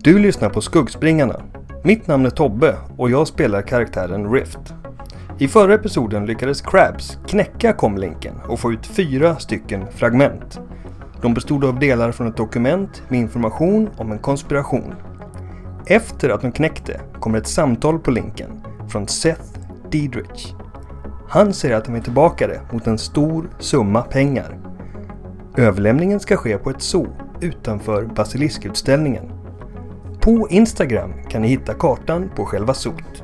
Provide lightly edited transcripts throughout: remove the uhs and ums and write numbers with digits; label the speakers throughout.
Speaker 1: Du lyssnar på Skuggspringarna. Mitt namn är Tobbe och jag spelar karaktären Rift. I förra episoden lyckades Krabs knäcka komlinken och få ut 4 stycken fragment. De bestod av delar från ett dokument med information om en konspiration. Efter att de knäckte kommer ett samtal på linken från Seth Diedrich. Han säger att de är tillbaka mot en stor summa pengar. Överlämningen ska ske på ett zoo utanför Basiliskutställningen. På Instagram kan ni hitta kartan på själva zoot.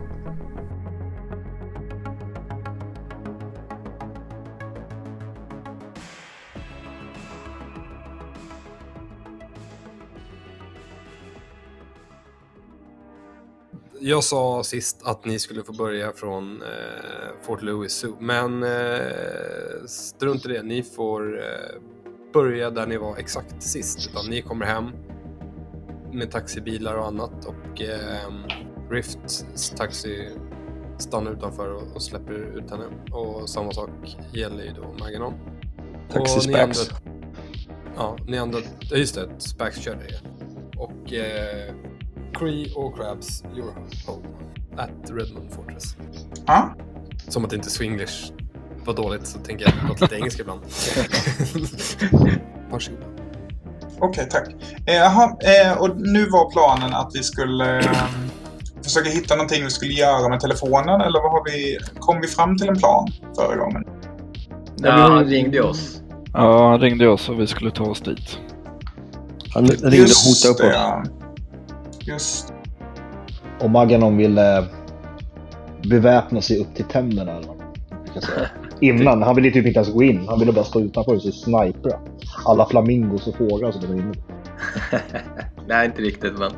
Speaker 2: Jag sa sist att ni skulle få börja från Fort Lewis Zoo, men strunt i det. Ni får börja där ni var exakt sist. Utan ni kommer hem med taxibilar och annat och Rifts taxi stannar utanför och släpper ut henne. Och samma sak gäller ju då Maganon.
Speaker 3: Taxi Spax.
Speaker 2: Ni andra, just det, Spax kör det. Och Cree och Krabs, you're home at Redmond Fortress.
Speaker 4: Ja.
Speaker 2: Som att inte Swinglish var dåligt, så tänker jag prata lite engelska ibland. Varsågod.
Speaker 4: Okej, tack. Och nu var planen att vi skulle försöka hitta någonting vi skulle göra med telefonen, eller vad har vi? Kom vi fram till en plan förra gången?
Speaker 5: Ja, han ringde oss.
Speaker 3: Ja, han ringde oss och vi skulle ta oss dit.
Speaker 5: Han ringde och hotade upp oss.
Speaker 4: Ja. Just.
Speaker 6: Och Maganon ville beväpna sig upp till tänderna eller vad man kan säga. Innan, han ville typ inte ens gå in. Han ville bara stå utanför och så snipra alla flamingos och fåglar som var inne.
Speaker 5: Nej, inte riktigt, men...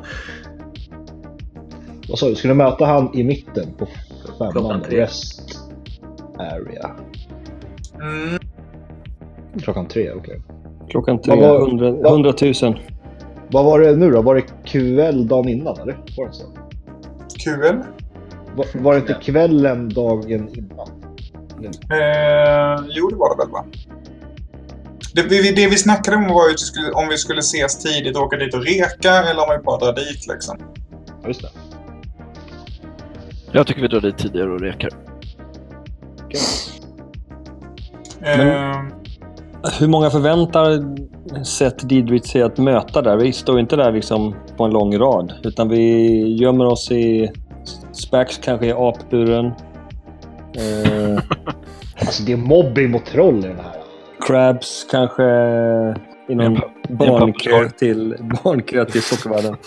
Speaker 6: Vad sa du? Skulle möta han i mitten på 5:an?
Speaker 5: 3.
Speaker 6: Rest area. Klockan 3, okej.
Speaker 3: Klockan 3, 100 000.
Speaker 6: Vad var det nu då? Var det QL dagen innan, eller? Var det så?
Speaker 4: QL?
Speaker 6: Var det inte kvällen dagen innan?
Speaker 4: Jo, det var det väl, va? Det vi snackade om var ju om vi skulle ses tidigt och åka dit och reka, eller om vi bara drar dit, liksom.
Speaker 6: Ja, just det.
Speaker 3: Jag tycker vi drar dit tidigare och rekar.
Speaker 6: Okay.
Speaker 7: Hur många förväntar Seth Diedrich sig att möta där? Vi står inte där liksom på en lång rad, utan vi gömmer oss i Spax, kanske i apburen.
Speaker 6: Alltså det är mobbing mot troll i den här.
Speaker 7: Krabs kanske i någon barnkö till sockervärlden.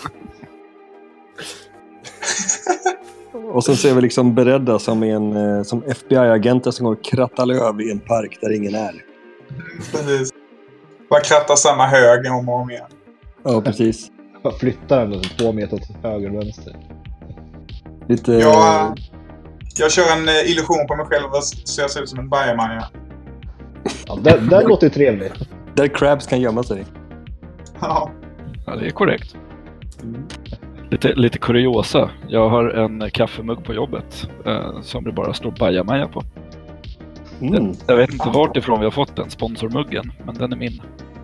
Speaker 7: Och sen ser vi liksom beredda som FBI-agenter som går och krattar löv i en park där ingen är.
Speaker 4: Precis. Bara krattar samma hög om och om igen.
Speaker 7: Ja, precis.
Speaker 6: Jag flyttar den 2 meter till höger och vänster.
Speaker 7: Lite...
Speaker 4: Jag kör en illusion på mig själv så jag ser ut som en bajamaja.
Speaker 6: Ja, den låter ju trevligt.
Speaker 7: Där Krabs kan gömma sig.
Speaker 4: Ja.
Speaker 3: Ja, det är korrekt. Lite kuriosa. Jag har en kaffemugg på jobbet som det bara står bajamaja på. Jag vet inte vart ifrån vi har fått den sponsormuggen, men den är min.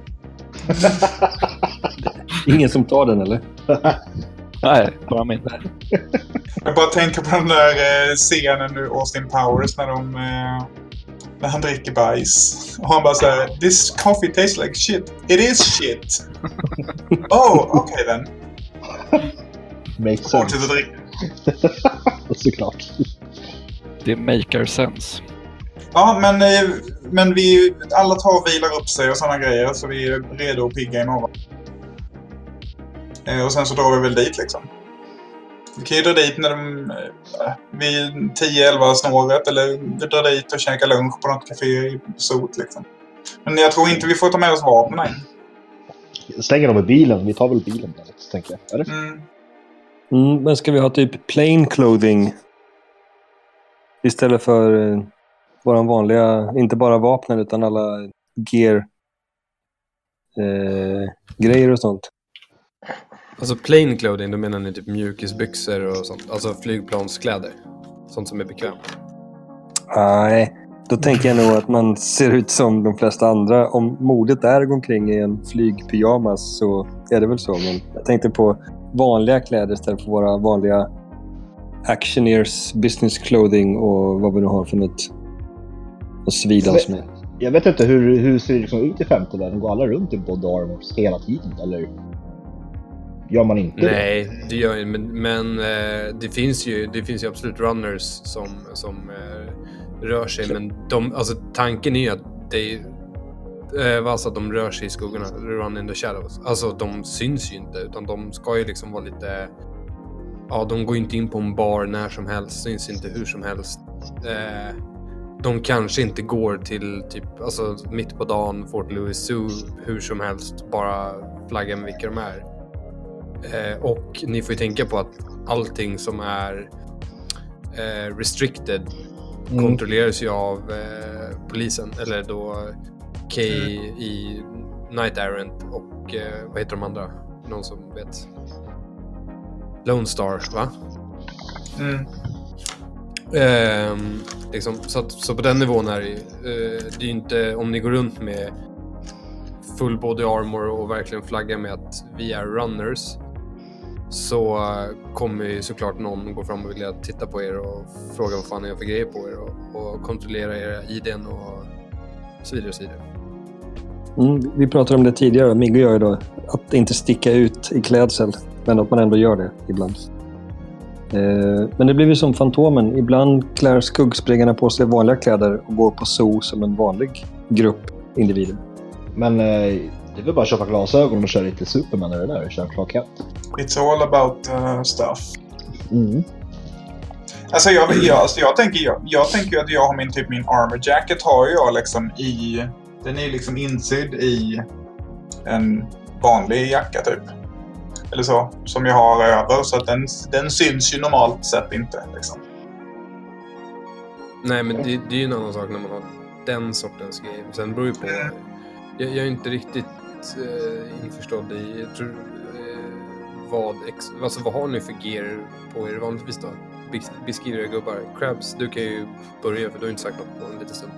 Speaker 7: Ingen som tar den, eller?
Speaker 3: Nej, bara min.
Speaker 4: Jag bara tänker på den där scenen nu, Austin Powers, när han dricker bajs. Och han bara säger, this coffee tastes like shit. It is shit. Oh, okay then.
Speaker 6: Makes sense. Såklart.
Speaker 3: Det maker sense.
Speaker 4: Ja, men vi alla tar och vilar upp sig och sådana grejer, så vi är redo att pigga imorgon. Och sen så drar vi väl dit, liksom. Vi kan ju dra dit när vid 10-11 snåret, eller vi drar dit och käkar lunch på något café i Sot, liksom. Men jag tror inte vi får ta med oss vapnen in.
Speaker 6: Stänger dem i bilen, vi tar väl bilen där, tänker jag. Eller?
Speaker 7: Men ska vi ha typ plain clothing istället för våran vanliga, inte bara vapnen utan alla gear grejer och sånt?
Speaker 2: Alltså plain clothing, då menar ni typ mjukisbyxor och sånt, alltså flygplanskläder, sånt som är bekvämt?
Speaker 7: Nej, då tänker jag nog att man ser ut som de flesta andra. Om modet är att gå omkring i en flygpyjamas så är det väl så, men jag tänkte på vanliga kläder istället för våra vanliga Actioneers business clothing och vad vi nu har för något att svidas med.
Speaker 6: Jag vet inte, hur ser det liksom ut i 50 där? Går alla runt i body armors hela tiden, eller gör man inte det?
Speaker 2: Nej, det gör ju, men det finns ju absolut runners som rör sig, men tanken är ju att att de rör sig i skuggorna, run in the shadows. Alltså de syns ju inte, utan de ska ju liksom vara lite... Ja, de går inte in på en bar när som helst, syns inte hur som helst. De kanske inte går till mitt på dagen, Fort Lewis Zoo, hur som helst, bara flagga med vilka de är. Och ni får ju tänka på att allting som är restricted kontrolleras ju av polisen, eller då Kay i Night Errant och vad heter de andra? Någon som vet? Lone Star, va? Så på den nivån är det ju inte, om ni går runt med full body armor och verkligen flaggar med att vi är runners, så kommer ju såklart någon gå fram och vilja titta på er och fråga vad fan ni har för grejer på er och kontrollera era ID:n och så vidare och så vidare.
Speaker 7: Vi pratade om det tidigare, Miggo gör ju då att inte sticka ut i klädsel, men att man ändå gör det ibland. Men det blir ju som Fantomen. Ibland klär skuggspringarna på sig vanliga kläder och går på zoo som en vanlig grupp individer.
Speaker 6: Men det är väl bara att köpa glasögon och köra lite Superman eller det där, köra Clark Kent.
Speaker 4: It's all about stuff. Alltså jag tänker att jag har min armor jacket har jag liksom i... Den är liksom insydd i en vanlig jacka typ. Eller så, som jag har över, så att den syns ju normalt sett inte liksom.
Speaker 2: Nej, men det är ju en annan sak när man har den sortens grej. Sen beror ju på... Jag är inte riktigt införstådd i... Jag tror, vad har ni för gear på er vanligtvis då? Beskriver jag gubbar. Krabs, du kan ju börja, för du har inte sagt något på en liten stund.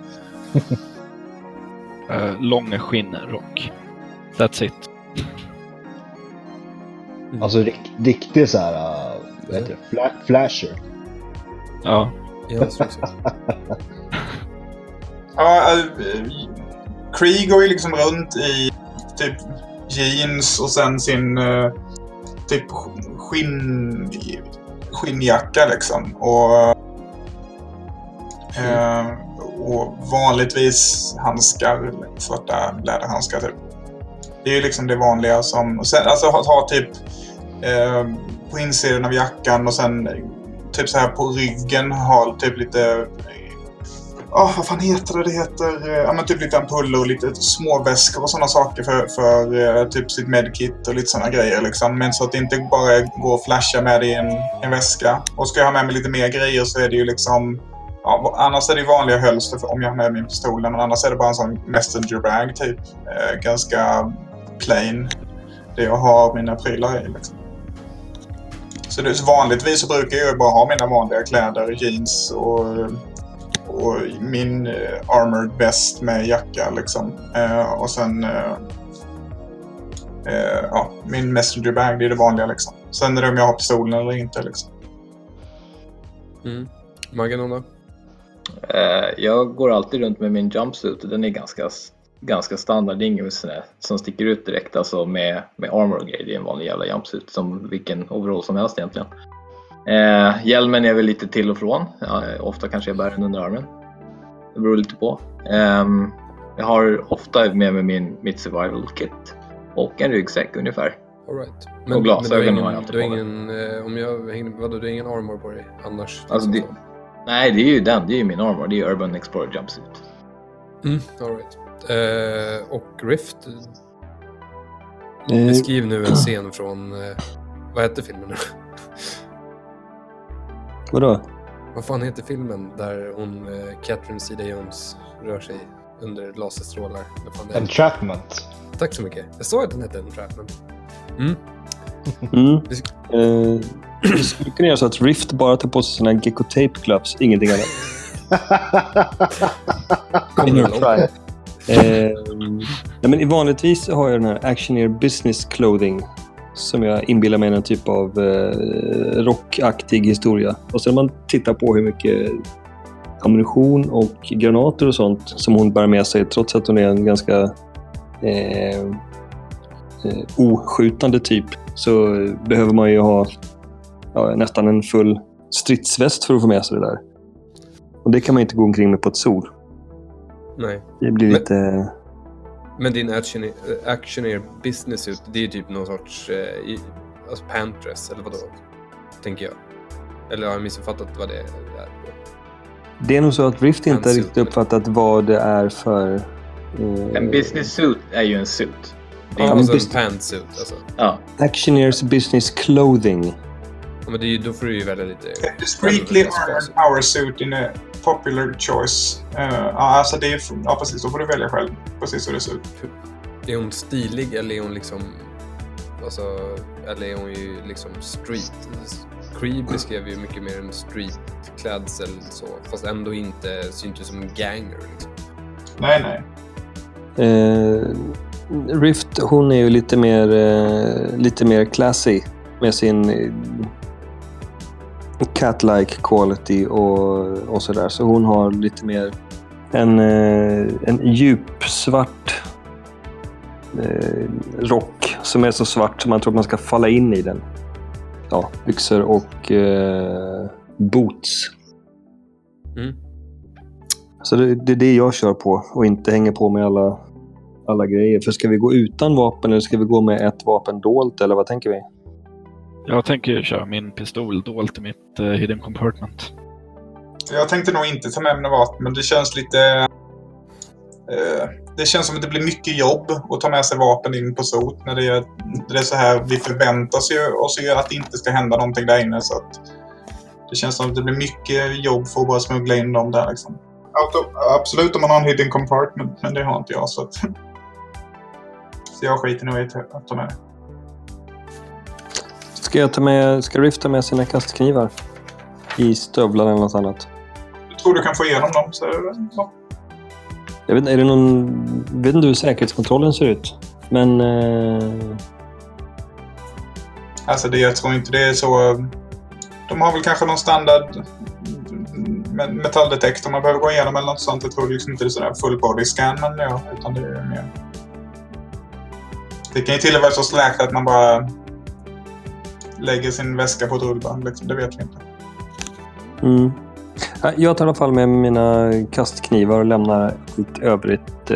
Speaker 3: Långa skinnrock. That's it.
Speaker 6: Alltså riktigt så här, vad heter det? Flasher.
Speaker 3: Ja.
Speaker 4: Krieg går ju liksom runt i typ jeans och sen sin typ skinnjacka liksom och vanligtvis handskar, svarta läderhandskar typ. Det är ju liksom det vanliga som... Och sen, alltså ha typ på insidan av jackan och sen typ så här på ryggen har typ lite... vad fan heter det? Det heter... men typ lite ampuller och lite småväskor och sådana saker för typ sitt medkit och lite sådana grejer liksom. Men så att det inte bara går att flasha med i en väska. Och ska jag ha med mig lite mer grejer så är det ju liksom... Ja, annars är det vanliga hölster om jag har med min pistol, men annars är det bara en sån messenger bag typ. Ganska plain. Det jag har mina prylar i liksom. Så det är vanligtvis så brukar jag bara ha mina vanliga kläder, jeans och min armored vest med jacka liksom. Och sen min messenger bag, det är det vanliga liksom. Sen är det om jag har pistolen eller inte liksom.
Speaker 2: Maggan då?
Speaker 5: Jag går alltid runt med min jumpsuit och den är ganska standard. Det är inget som sticker ut direkt alltså med armor och grejer. Det är en vanlig jävla jumpsuit som vilken overall som helst egentligen. Hjälmen är väl lite till och från. Ofta kanske jag bär den under armen. Det beror lite på. Jag har ofta med mig mitt survival kit och en ryggsäck ungefär.
Speaker 2: All right.
Speaker 5: Och glasögon har jag alltid
Speaker 2: på mig. Du har ingen armor på dig annars?
Speaker 5: Alltså nej, det är ju den. Det är ju min armor. Det är ju Urban Explorer jumpsuit.
Speaker 2: All right. Och Rift. Beskriv nu en scen från... vad heter filmen nu?
Speaker 7: Vadå?
Speaker 2: Vad fan heter filmen där hon, Catherine Zeta-Jones, rör sig under laserstrålar?
Speaker 6: Entrapment.
Speaker 2: Tack så mycket. Jag sa att den hette Entrapment.
Speaker 7: Du skulle kunna göra så att Rift bara tar på sig såna här Gecko Tape Gloves, ingenting annat. Men vanligtvis har jag den här Actioneer Business Clothing som jag inbillar mig är en typ av rockaktig historia. Och sen när man tittar på hur mycket ammunition och granater och sånt som hon bär med sig, trots att hon är en ganska oskjutande typ, så behöver man ju ha nästan en full stridsväst för att få med sig det där. Och det kan man inte gå omkring med på ett sol.
Speaker 2: Nej.
Speaker 7: Det blir lite...
Speaker 2: Men din actioneer business suit, det är ju typ någon sorts alltså pantdress, eller vadå? Tänker jag. Eller har jag missuppfattat vad det är?
Speaker 7: Det är nog så att Rift inte har riktigt uppfattat vad det är för...
Speaker 5: En business suit är ju en suit.
Speaker 2: Det är alltså en pantsuit, alltså.
Speaker 5: Ja.
Speaker 7: Actioneers business clothing.
Speaker 2: Ja, men det är ju, då får du ju välja lite...
Speaker 4: Discreetly armored power suit in a popular choice. Alltså det är... Ja, precis. Då får du välja själv. Precis hur det ser ut.
Speaker 2: Är hon stilig eller är hon liksom... Alltså... Eller är hon ju liksom street? Creed beskrev ju mycket mer en street-klädsel så. Fast ändå inte syns ju som en ganger liksom.
Speaker 4: Nej.
Speaker 7: Rift, hon är ju lite mer classy med sin cat-like quality och sådär. Så hon har lite mer en djup svart rock som är så svart som man tror att man ska falla in i den. Ja, byxor och boots.
Speaker 2: Mm.
Speaker 7: Så det är det jag kör på och inte hänger på med alla grejer. För ska vi gå utan vapen eller ska vi gå med ett vapen dolt eller vad tänker vi?
Speaker 3: Jag tänker köra min pistol dolt i mitt hidden compartment.
Speaker 4: Jag tänkte nog inte ta med mina vapen, men det känns lite... det känns som att det blir mycket jobb att ta med sig vapen in på sot när det är så här. Vi förväntar oss ju att det inte ska hända någonting där inne, så att det känns som att det blir mycket jobb för att bara smuggla in dem där liksom. Absolut om man har en hidden compartment, men det har inte jag, så att... Så jag skiter nog i att ta med det.
Speaker 7: Ska Rift ta med sina kastknivar i stövlar eller något annat?
Speaker 4: Jag tror du kan få igenom dem, så är det så.
Speaker 7: Jag vet inte hur säkerhetskontrollen ser ut, men...
Speaker 4: Alltså jag tror inte det är så... De har väl kanske någon standard metalldetektor man behöver gå igenom eller något sånt. Jag tror liksom inte det är sådär full body scan, men ja, utan det är mer... Det kan ju till och med vara så släkt att man bara lägger sin väska på ett rullband, liksom. Det vet vi inte.
Speaker 7: Mm. Jag tar i alla fall med mina kastknivar och lämnar allt övrigt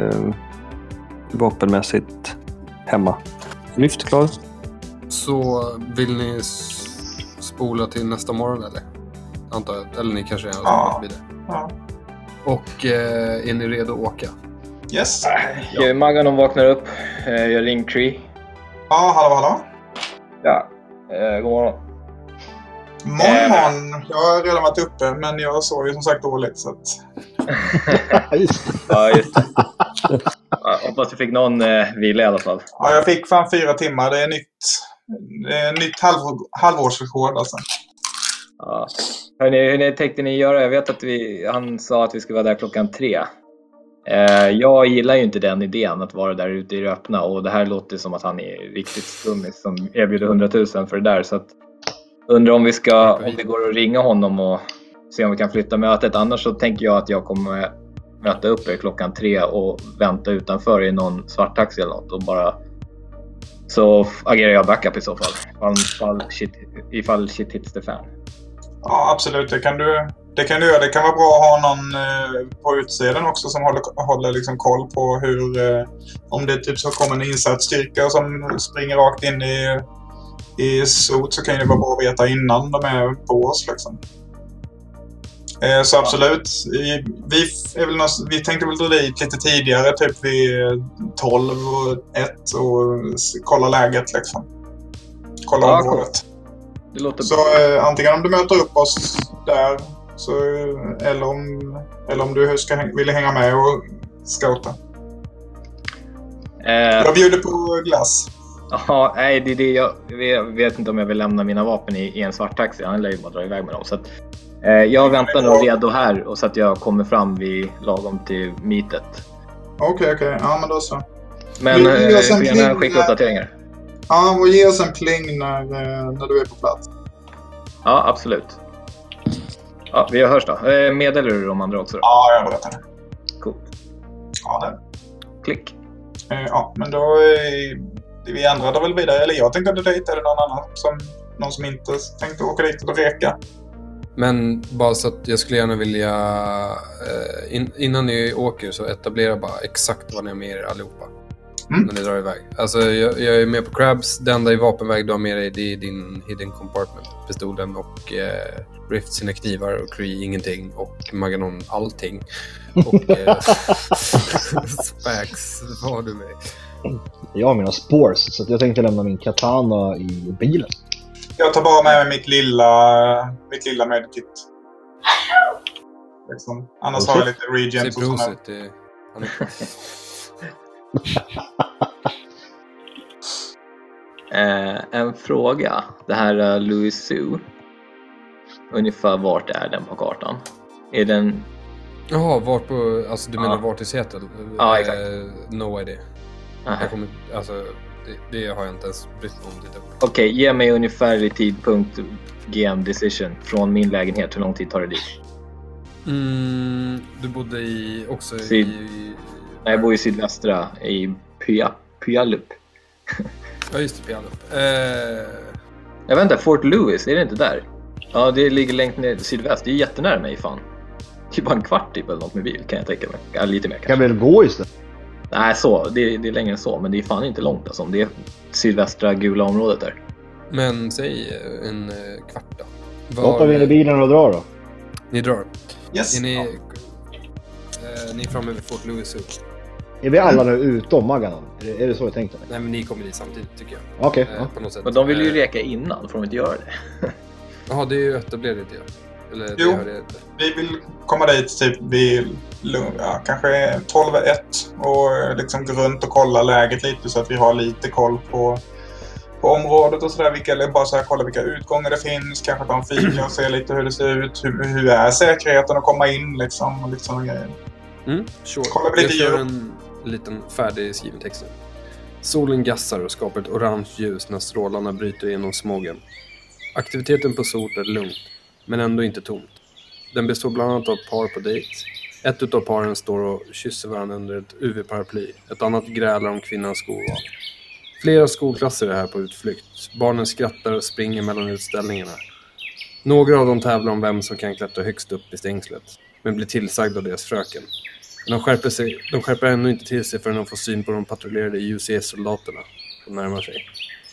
Speaker 7: vapenmässigt hemma. Lyft klar.
Speaker 2: Så vill ni spola till nästa morgon eller? Antar jag. Eller ni kanske är vidare.
Speaker 4: Ja.
Speaker 2: Och är ni redo att åka?
Speaker 4: Yes.
Speaker 5: Jag är Maggan, de vaknar upp. Jag ringer Tree.
Speaker 4: Ja, hallå.
Speaker 5: Ja, god morgon.
Speaker 4: Morgon. Jag har redan varit uppe, men jag sov ju som sagt dåligt, så att...
Speaker 5: Ja, just det. Hoppas du fick någon vila i alla fall.
Speaker 4: Ja, jag fick fan 4 timmar. Det är nytt halvårsrekord alltså.
Speaker 5: Ja. Hur tänkte ni göra? Jag vet att han sa att vi skulle vara där klockan 3. Jag gillar ju inte den idén att vara där ute i det öppna, och det här låter som att han är riktigt skummis som erbjuder 100 000 för det där, så att undrar om det går att ringa honom och se om vi kan flytta mötet. Annars så tänker jag att jag kommer möta upp er klockan 3 och vänta utanför i någon svart taxi eller något, och bara så agerar jag backup i så fall ifall shit hits the fan.
Speaker 4: Ja, absolut. Det kan du göra. Det kan vara bra att ha någon på utsidan också som håller liksom koll på hur om det typ så kommer en insatsstyrka som springer rakt in i sot, så kan det vara bra att veta innan de är på oss liksom. Så absolut. Vi tänkte väl dra dit lite tidigare, typ vid 12 och 1 och kolla läget liksom. Kolla området.
Speaker 5: Det låter
Speaker 4: så antingen om du möter upp oss där så, eller om du vill hänga med och scouta. Jag bjuder på glass.
Speaker 5: Ja, nej, det är det jag vet inte om jag vill lämna mina vapen i en svart taxi. Han lär ju bara dra iväg med dem. Så att, jag väntar nog redo här och så att jag kommer fram vid lagom till meetet.
Speaker 4: Okej. Ja, men då så.
Speaker 5: Men jag får gärna skicka uppdateringar.
Speaker 4: Ja, och ge oss en pling när du är på plats.
Speaker 5: Ja, absolut. Ja, vi hörs då. Meddelar du de andra också då?
Speaker 4: Ja, jag berättar det.
Speaker 5: Coolt.
Speaker 4: Ja, det.
Speaker 5: Klick.
Speaker 4: Ja, men då vi ändrade väl vidare. Eller jag tänkte dit, eller någon som inte tänkte åka dit och reka.
Speaker 2: Men bara så att jag skulle gärna vilja innan ni åker så etablera bara exakt vad ni har med er allihopa. När ni drar iväg. Alltså jag är med på Crabs. Det enda i vapenväg du har med dig, det är din hidden compartment. Pistolen och Rift sina knivar och Kree ingenting. Och Maganon allting. Och Spax, vad har du med?
Speaker 6: Jag har mina spores, så att jag tänkte lämna min katana i bilen.
Speaker 4: Jag tar bara med mig mitt lilla medkit. Liksom. Annars har jag lite regens och sådär.
Speaker 5: En fråga. Det här Louis Zoo. Ungefär vart är den på kartan? Är den...
Speaker 2: Jaha, vart på... Alltså du menar vart i Seattle?
Speaker 5: Ja, exakt.
Speaker 2: No idea. Jag kommer, alltså, det har jag inte ens brytt mig om.
Speaker 5: Okej, ge mig ungefärlig tidpunkt GM decision från min lägenhet. Hur lång tid tar det dit?
Speaker 2: Du bodde också
Speaker 5: Nej, jag bor i sydvästra i Puyallup.
Speaker 2: Ja, just det, Puyallup.
Speaker 5: Jag vet inte, Fort Lewis, är det inte där? Ja, det ligger längst ner sydväst. Det är jättenära mig, fan. Det är bara en kvart typ eller något med bil, kan jag tänka mig. Ja, lite mer kanske.
Speaker 6: Kan väl gå istället?
Speaker 5: Nej, det är längre än så, men det är fan inte långt alltså. Det är sydvästra gula området där.
Speaker 2: Men säg en kvart då.
Speaker 6: Hoppar vi in i bilen och drar då?
Speaker 2: Ni drar.
Speaker 4: Yes.
Speaker 2: Ni är framme vid Fort Lewis.
Speaker 6: Är vi alla nu utom Maganon? Är det så jag tänkte?
Speaker 2: Nej, men ni kommer dit samtidigt tycker jag.
Speaker 6: Okej.
Speaker 2: På något sätt.
Speaker 5: Men de vill ju reka innan, får de inte göra det?
Speaker 2: Jaha, det är ju etablerat det. Eller
Speaker 4: Jo,
Speaker 2: det
Speaker 4: vi vill komma dit typ vid kanske 12-1 och liksom gå runt och kolla läget lite så att vi har lite koll på området och sådär. Eller bara så här, kolla vilka utgångar det finns, kanske ta en fika och se lite hur det ser ut. Hur är säkerheten att komma in liksom och lite sådana grejer.
Speaker 2: Sure.
Speaker 4: Kolla lite
Speaker 2: jag kör en liten färdig skriven text nu. Solen gassar och skapar ett orange ljus när strålarna bryter igenom smogen. Aktiviteten på Sot är lugnt, men ändå inte tomt. Den består bland annat av par på dejt. Ett utav paren står och kysser varandra under ett UV-paraply. Ett annat grälar om kvinnans skolval. Flera skolklasser är här på utflykt. Barnen skrattar och springer mellan utställningarna. Några av dem tävlar om vem som kan klättra högst upp i stängslet, men blir tillsagda av deras fröken. Men de skärper ännu inte till sig förrän de får syn på de patrullerade UCS-soldaterna som närmar sig.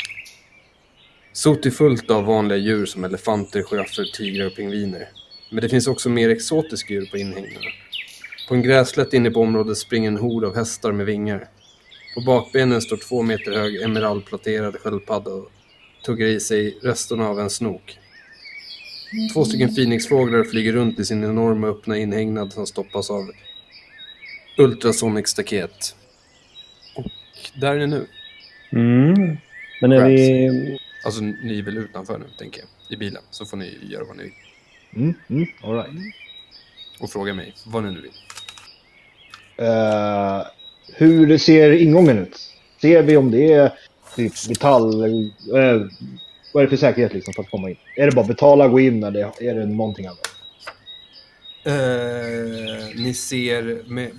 Speaker 2: Sot är fullt av vanliga djur som elefanter, giraffer, tigrar och pingviner. Men det finns också mer exotiska djur på inhägnaderna. På en gräslätt inne på området springer en hord av hästar med vingar. På bakbenen står 2 meter hög emeraldplatterad sköldpadda och tuggar i sig resterna av en snok. 2 stycken phoenixfåglar flyger runt i sin enorma öppna inhägnad som stoppas av ultrasonic staket. Och där är ni nu.
Speaker 7: Men är vi...
Speaker 2: Alltså ni är väl utanför nu, tänker jag. I bilen, så får ni göra vad ni vill.
Speaker 6: All right.
Speaker 2: Och fråga mig vad ni nu vill.
Speaker 6: Hur ser ingången ut? Ser vi om det är typ metall? Vad är det för säkerhet liksom för att komma in? Är det bara betala, gå in eller är det någonting annat?
Speaker 2: Ni ser med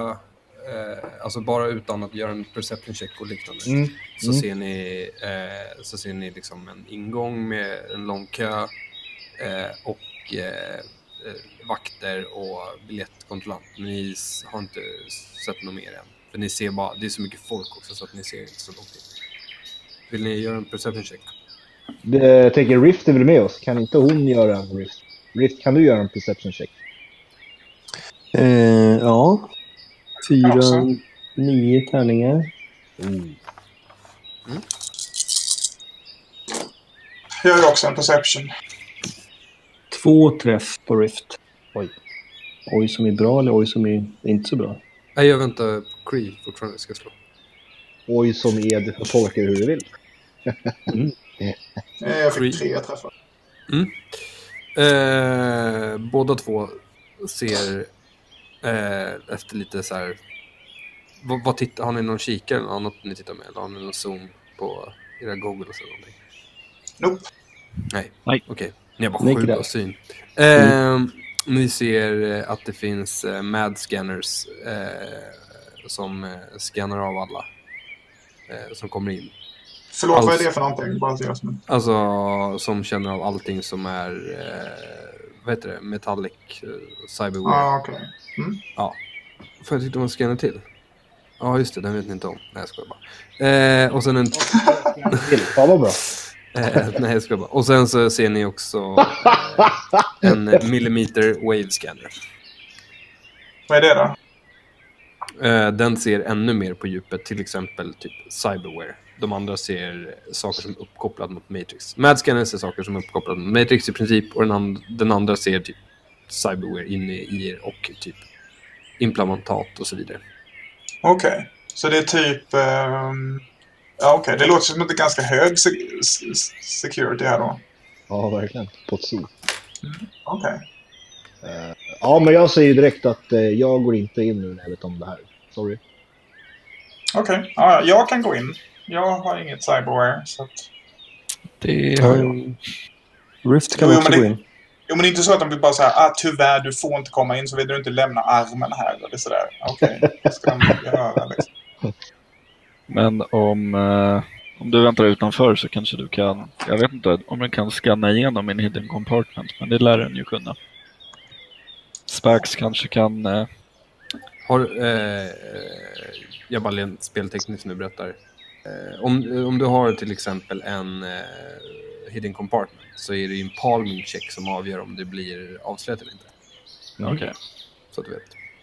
Speaker 2: bara utan att göra en perception check och liknande så ser ni liksom en ingång med en lång kö och vakter och biljettkontrollant. Ni har inte sett något mer än. För ni ser bara, det är så mycket folk också så att ni ser inte så långt in. Vill ni göra en perception check?
Speaker 6: Jag tänker Rift är väl med oss. Kan inte hon göra en Rift? Rift, kan du göra en perception check?
Speaker 7: Ja. 9 tärningar.
Speaker 4: Jag gör också en perception.
Speaker 7: 2 träff på Rift. Oj som är bra eller oj som är inte så bra?
Speaker 2: Nej, jag väntar på Kree fortfarande ska slå.
Speaker 6: Oj som är, du får tolka hur du vill.
Speaker 4: Jag fick 3 träffar.
Speaker 2: Båda två ser efter lite så här. Har ni någon kikare eller något ni tittar med? Eller har ni någon zoom på era goggles eller någonting?
Speaker 4: Nope.
Speaker 2: Nej. Okej. Ni har bara
Speaker 7: Nej,
Speaker 2: sju
Speaker 7: det.
Speaker 2: på syn. Ni ser att det finns mad scanners som scannar av alla som kommer in.
Speaker 4: Förlåt, vad är det för någonting? Bara så som...
Speaker 2: Alltså som känner av allting som är vad heter det? Metallic cyberware.
Speaker 4: Okej.
Speaker 2: Ja. Får jag tyckte man scannar till? Ja, just det. Den vet ni inte om. Nej, jag skojar bara. Och sen en...
Speaker 6: Ja, vad bra.
Speaker 2: Nej, jag skojar bara. Och sen så ser ni också en millimeter wave scanner.
Speaker 4: Vad är det då?
Speaker 2: Den ser ännu mer på djupet, till exempel typ cyberware. De andra ser saker som är uppkopplade mot Matrix. Mad Scanner ser saker som är uppkopplade mot Matrix i princip, och den andra ser typ cyberware inne i er och typ implementat och så vidare.
Speaker 4: Okej. Så det är typ... Ja, okej. Det låter som att det är ganska hög security här då.
Speaker 6: Ja, verkligen. På ett sol.
Speaker 4: Okej.
Speaker 6: Ja, men jag säger direkt att jag går inte in nu när jag vet om det här. Sorry.
Speaker 4: Okej. Ja, jag kan gå in. Jag har inget cyberware, så att...
Speaker 3: Det har jag.
Speaker 7: Rift kan också gå in.
Speaker 4: Jo, men det är inte så att de blir bara så här, tyvärr, du får inte komma in, så vill du inte lämna armen här, eller sådär. Okej, det ska de göra, liksom.
Speaker 3: Men om du väntar utanför så kanske du kan, jag vet inte om den kan scanna igenom min hidden compartment, men det lär den ju kunna. Spax kanske kan...
Speaker 2: Jag bara rent speltekniskt nu berättar. Om du har till exempel en hidden compartment, så är det ju en palming check som avgör om det blir avslöjat eller inte.
Speaker 3: Okej.
Speaker 2: Så att du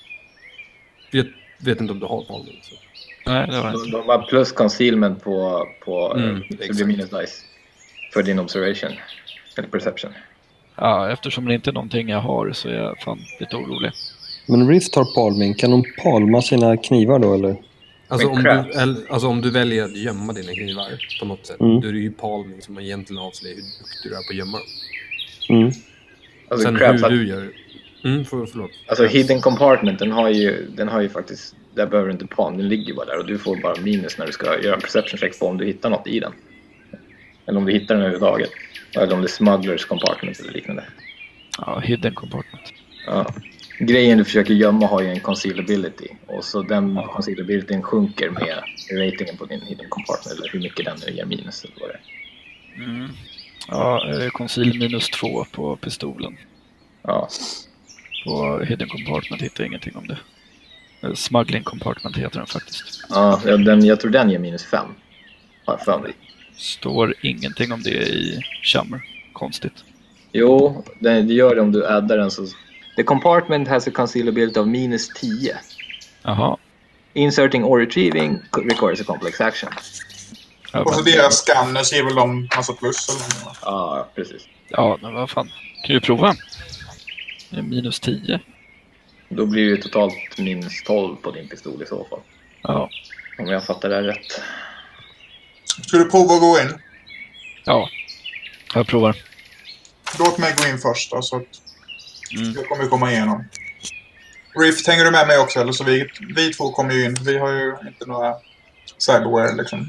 Speaker 2: vet. Vet inte om du har palming. Så.
Speaker 3: Nej, det var inte.
Speaker 5: De har plus concealment på
Speaker 2: exakt.
Speaker 5: Dice för din observation eller perception.
Speaker 3: Ja, eftersom det inte är någonting jag har så är jag fan lite orolig.
Speaker 7: Men Rift har palming. Kan de palma sina knivar då, eller?
Speaker 2: Alltså om du väljer att gömma dina knivar på något sätt, då är det ju palming som egentligen avslöjar hur duktig du är på att gömma dem.
Speaker 5: Alltså,
Speaker 2: sen hur du gör... förlåt.
Speaker 5: Alltså hidden compartment, den har ju faktiskt, där behöver du inte palm, den ligger bara där och du får bara minus när du ska göra en perception check på om du hittar något i den. Eller om du hittar den överhuvudtaget. Eller om det är smugglers compartment eller liknande.
Speaker 3: Ja, hidden compartment.
Speaker 5: Ja. Grejen du försöker gömma har ju en concealability. Och så den concealabilityn sjunker med ratingen på din hidden compartment. Eller hur mycket den nu ger minus eller vad det är.
Speaker 3: Ja, conceal -2 på pistolen.
Speaker 5: Ja.
Speaker 3: På hidden compartment hittar jag ingenting om det. Smuggling compartment heter den faktiskt.
Speaker 5: Ja, jag tror den ger -5. Har för mig.
Speaker 3: Står ingenting om det i Chamber. Konstigt.
Speaker 5: Jo, det gör det om du addar den så... The compartment has a concealability of -10.
Speaker 3: Jaha.
Speaker 5: Inserting or retrieving requires a complex action.
Speaker 3: Ja,
Speaker 4: Och så deras scanners ger väl de massa plus eller något.
Speaker 5: Ja, precis.
Speaker 3: Ja, men vad fan. Kan ju prova. Det är -10.
Speaker 5: Då blir det ju totalt -12 på din pistol i så fall.
Speaker 3: Ja.
Speaker 5: Om jag fattar det rätt.
Speaker 4: Ska du prova att gå in?
Speaker 3: Ja. Jag provar.
Speaker 4: Låt mig gå in först då, så att jag kommer komma igenom. Rift, hänger du med mig också? Eller så vi två kommer ju in. Vi har ju inte några cyberware liksom.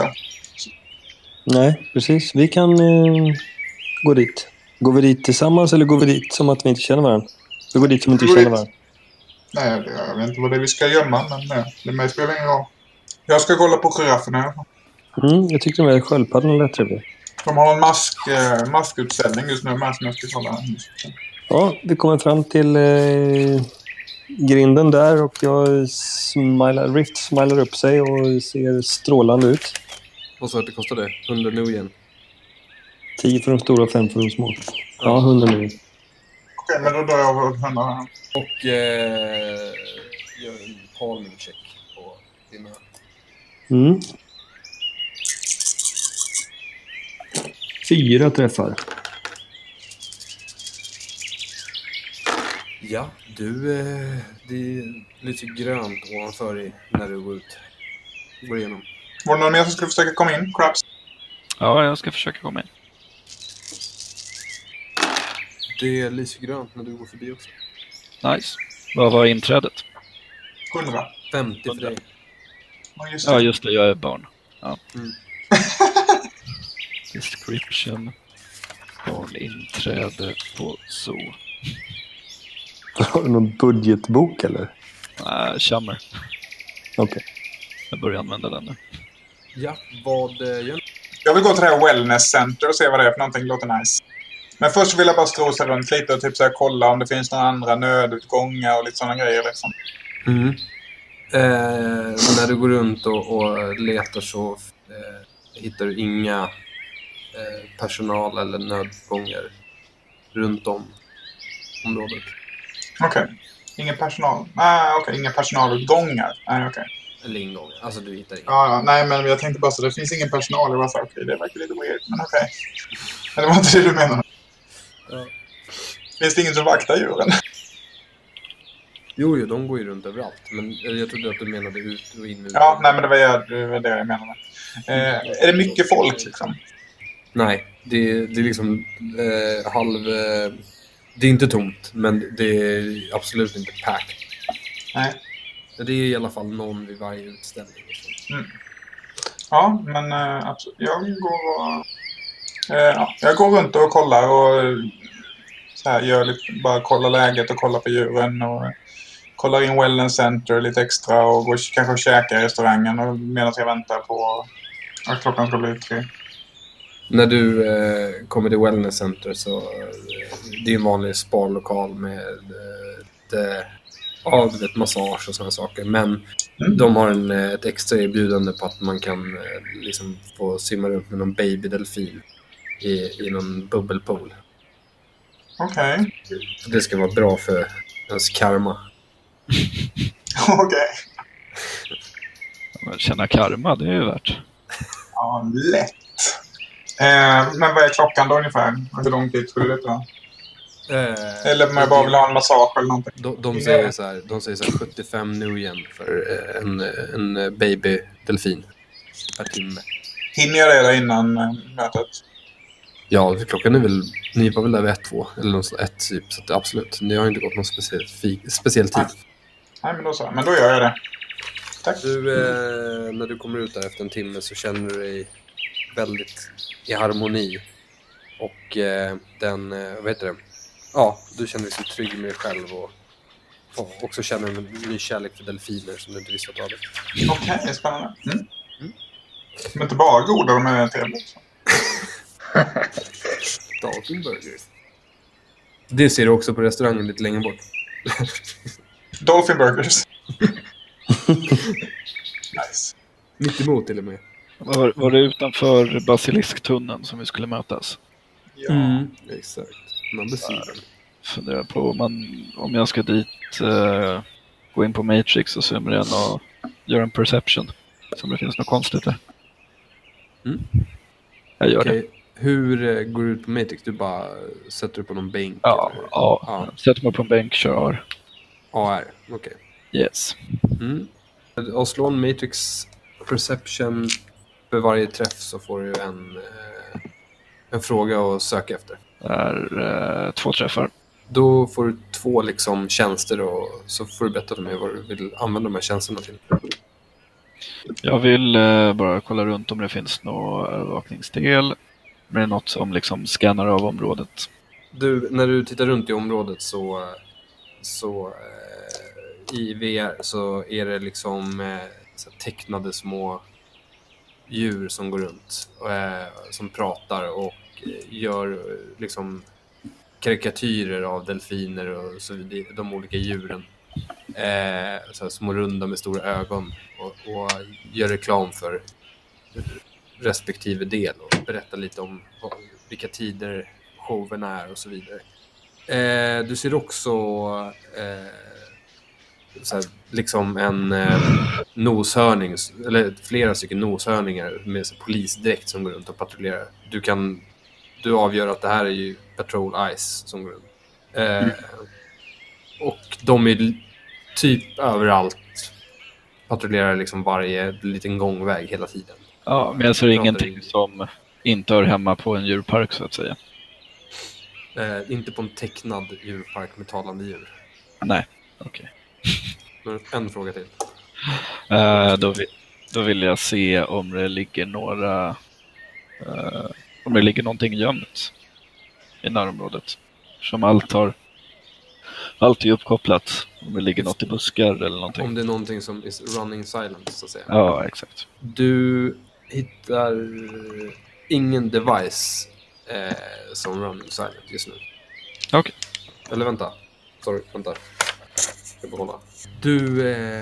Speaker 7: Nej, precis. Vi kan gå dit. Går vi dit tillsammans eller går vi dit som att vi inte känner varandra? Vi går dit som inte känner varandra.
Speaker 4: Nej, jag vet inte vad det är vi ska gömma, men nej, det mig spelar ingen roll. Jag ska kolla på girafferna i alla fall.
Speaker 7: Jag tycker de här sköldpaddorna är trevliga.
Speaker 4: De har en maskutställning just nu med som jag ska kolla.
Speaker 7: Ja, vi kommer fram till grinden där och Rift smilar upp sig och ser strålande ut.
Speaker 2: Vad sa att det kostade? 100 nu igen.
Speaker 7: 10 för de stora och 5 för de små. Ja, 100 nu.
Speaker 4: Okej, men då drar jag över 100 här.
Speaker 2: Och gör en palming check på dina...
Speaker 7: 4 träffar.
Speaker 2: Ja, det lyser grönt ovanför dig när du går igenom.
Speaker 4: Var det någon mer som skulle försöka komma in? Crabs?
Speaker 3: Ja, jag ska försöka komma in.
Speaker 2: Det lyser grönt när du går förbi också.
Speaker 3: Nice. Vad var inträdet?
Speaker 4: 100.
Speaker 2: 50 för dig.
Speaker 4: Ja, just det.
Speaker 3: Ja, just det. Jag är barn. Ja. Description. Barninträde på zoo.
Speaker 7: Har du någon budgetbok eller?
Speaker 3: Chammer.
Speaker 7: Okej.
Speaker 3: Jag börjar använda den nu.
Speaker 2: Ja, vad gör ni?
Speaker 4: Jag vill gå till det här wellness center och se vad det är för någonting. Låter nice. Men först vill jag bara strosa runt lite och typ så här, kolla om det finns några andra nödutgångar och lite sådana grejer liksom.
Speaker 2: När du går runt och letar så hittar du inga personal eller nödutgångar runt om området.
Speaker 4: Okej. Ingen personal. Inga personalutgångar. Nej, okej.
Speaker 2: Eller ingångar. Alltså du hittar inga.
Speaker 4: Ja, nej, men jag tänkte bara så det finns ingen personal. Jag var så okej, det verkar lite weird, men okej. Men det var inte det du menade.
Speaker 2: Ja.
Speaker 4: Finns det ingen som vaktar djuren?
Speaker 2: Jo, de går ju runt överallt. Men jag trodde att du menade ut och in.
Speaker 4: Ja, nej, men det var det jag menade. Är det mycket folk liksom?
Speaker 2: Nej, det är liksom det är inte tomt, men det är absolut inte packed.
Speaker 4: Nej.
Speaker 2: Det är i alla fall någon vid varje utställning.
Speaker 4: Ja, men absolut. Jag går runt och kollar och så här, gör lite, bara kollar läget och kollar på djuren och kollar in wellness center lite extra och går kanske och käkar i restaurangen och medan jag väntar på att klockan ska bli 3.
Speaker 2: När du kommer till wellness center så det är en vanlig sparlokal med ett massage och sådana saker. Men de har ett extra erbjudande på att man kan liksom få simma runt med någon babydelfin i någon bubbelpool.
Speaker 4: Okej.
Speaker 2: Det ska vara bra för ens karma.
Speaker 4: Okej.
Speaker 3: Men känna karma, det är ju värt.
Speaker 4: Ja, lätt. Men vad är klockan då ungefär? Hur lång tid skulle det ta? Eller om jag bara vill ha en massage eller någonting.
Speaker 2: De säger så här 75 nu igen för en babydelfin per timme.
Speaker 4: Hinner jag det där innan mötet?
Speaker 2: Ja, klockan är väl... Ni var väl där vid 1-2 eller något sånt, 1 typ. Så att absolut, ni har inte gått någon speciell tid.
Speaker 4: Nej, men då så. Men då gör jag det. Tack.
Speaker 2: Du, när du kommer ut där efter en timme så känner du dig väldigt i harmoni. Och vad heter det? Ja, du känner dig så trygg med dig själv och också känner en ny kärlek för delfiner som du inte visste att du hade.
Speaker 4: Okej, det är spännande. Men inte bara goda, de är trevliga.
Speaker 2: Dolphin Burgers. Det ser du också på restaurangen lite längre bort.
Speaker 4: Dolphin Burgers. Nice.
Speaker 2: Mitt emot till och med.
Speaker 3: Var det utanför Basilisktunneln som vi skulle mötas?
Speaker 4: Ja.
Speaker 2: Exakt. Man besider.
Speaker 3: Funderar på om jag ska dit gå in på Matrix och zooma in och göra en perception. Så om det finns något konstigt där. Jag gör det.
Speaker 2: Hur går du ut på Matrix? Du bara sätter upp på någon bänk?
Speaker 3: Ja. Sätter mig på en bänk, kör
Speaker 2: AR, okej.
Speaker 3: Yes.
Speaker 2: Och slå en Matrix Perception för varje träff så får du en fråga att söka efter.
Speaker 3: Det är 2 träffar.
Speaker 2: Då får du 2 liksom tjänster och så får du berätta för mig vad du vill använda de här tjänsterna till.
Speaker 3: Jag vill bara kolla runt om det finns någon övervakningsdel. Men det är något som liksom scannar av området.
Speaker 2: När du tittar runt i området så i VR så är det liksom så tecknade små djur som går runt som pratar och gör liksom karikatyrer av delfiner och så vidare, de olika djuren. Så här små runda med stora ögon och gör reklam för respektive del och berättar lite om vilka tider showen är och så vidare. Du ser också så här, liksom en noshörning eller flera stycken noshörningar med polisdräkt som går runt och patrullerar. Du avgör att det här är ju Patrol Ice som går runt. Och de är typ överallt, patrullerar liksom varje liten gångväg hela tiden.
Speaker 3: Ja, men så är det ingenting som inte hör hemma på en djurpark så att säga.
Speaker 2: Inte på en tecknad djurpark med talande djur.
Speaker 3: Nej, okej.
Speaker 2: En fråga till.
Speaker 3: Då vill jag se om det ligger några om det ligger någonting gömt i närområdet. Som allt är uppkopplat. Om det ligger något i buskar eller någonting.
Speaker 2: Om det är någonting som is running silent, så att säga.
Speaker 3: Ja, exakt.
Speaker 2: Du hittar ingen device som running silent just nu.
Speaker 3: Okej.
Speaker 2: Eller vänta. Vänta. Jag ska behålla. Du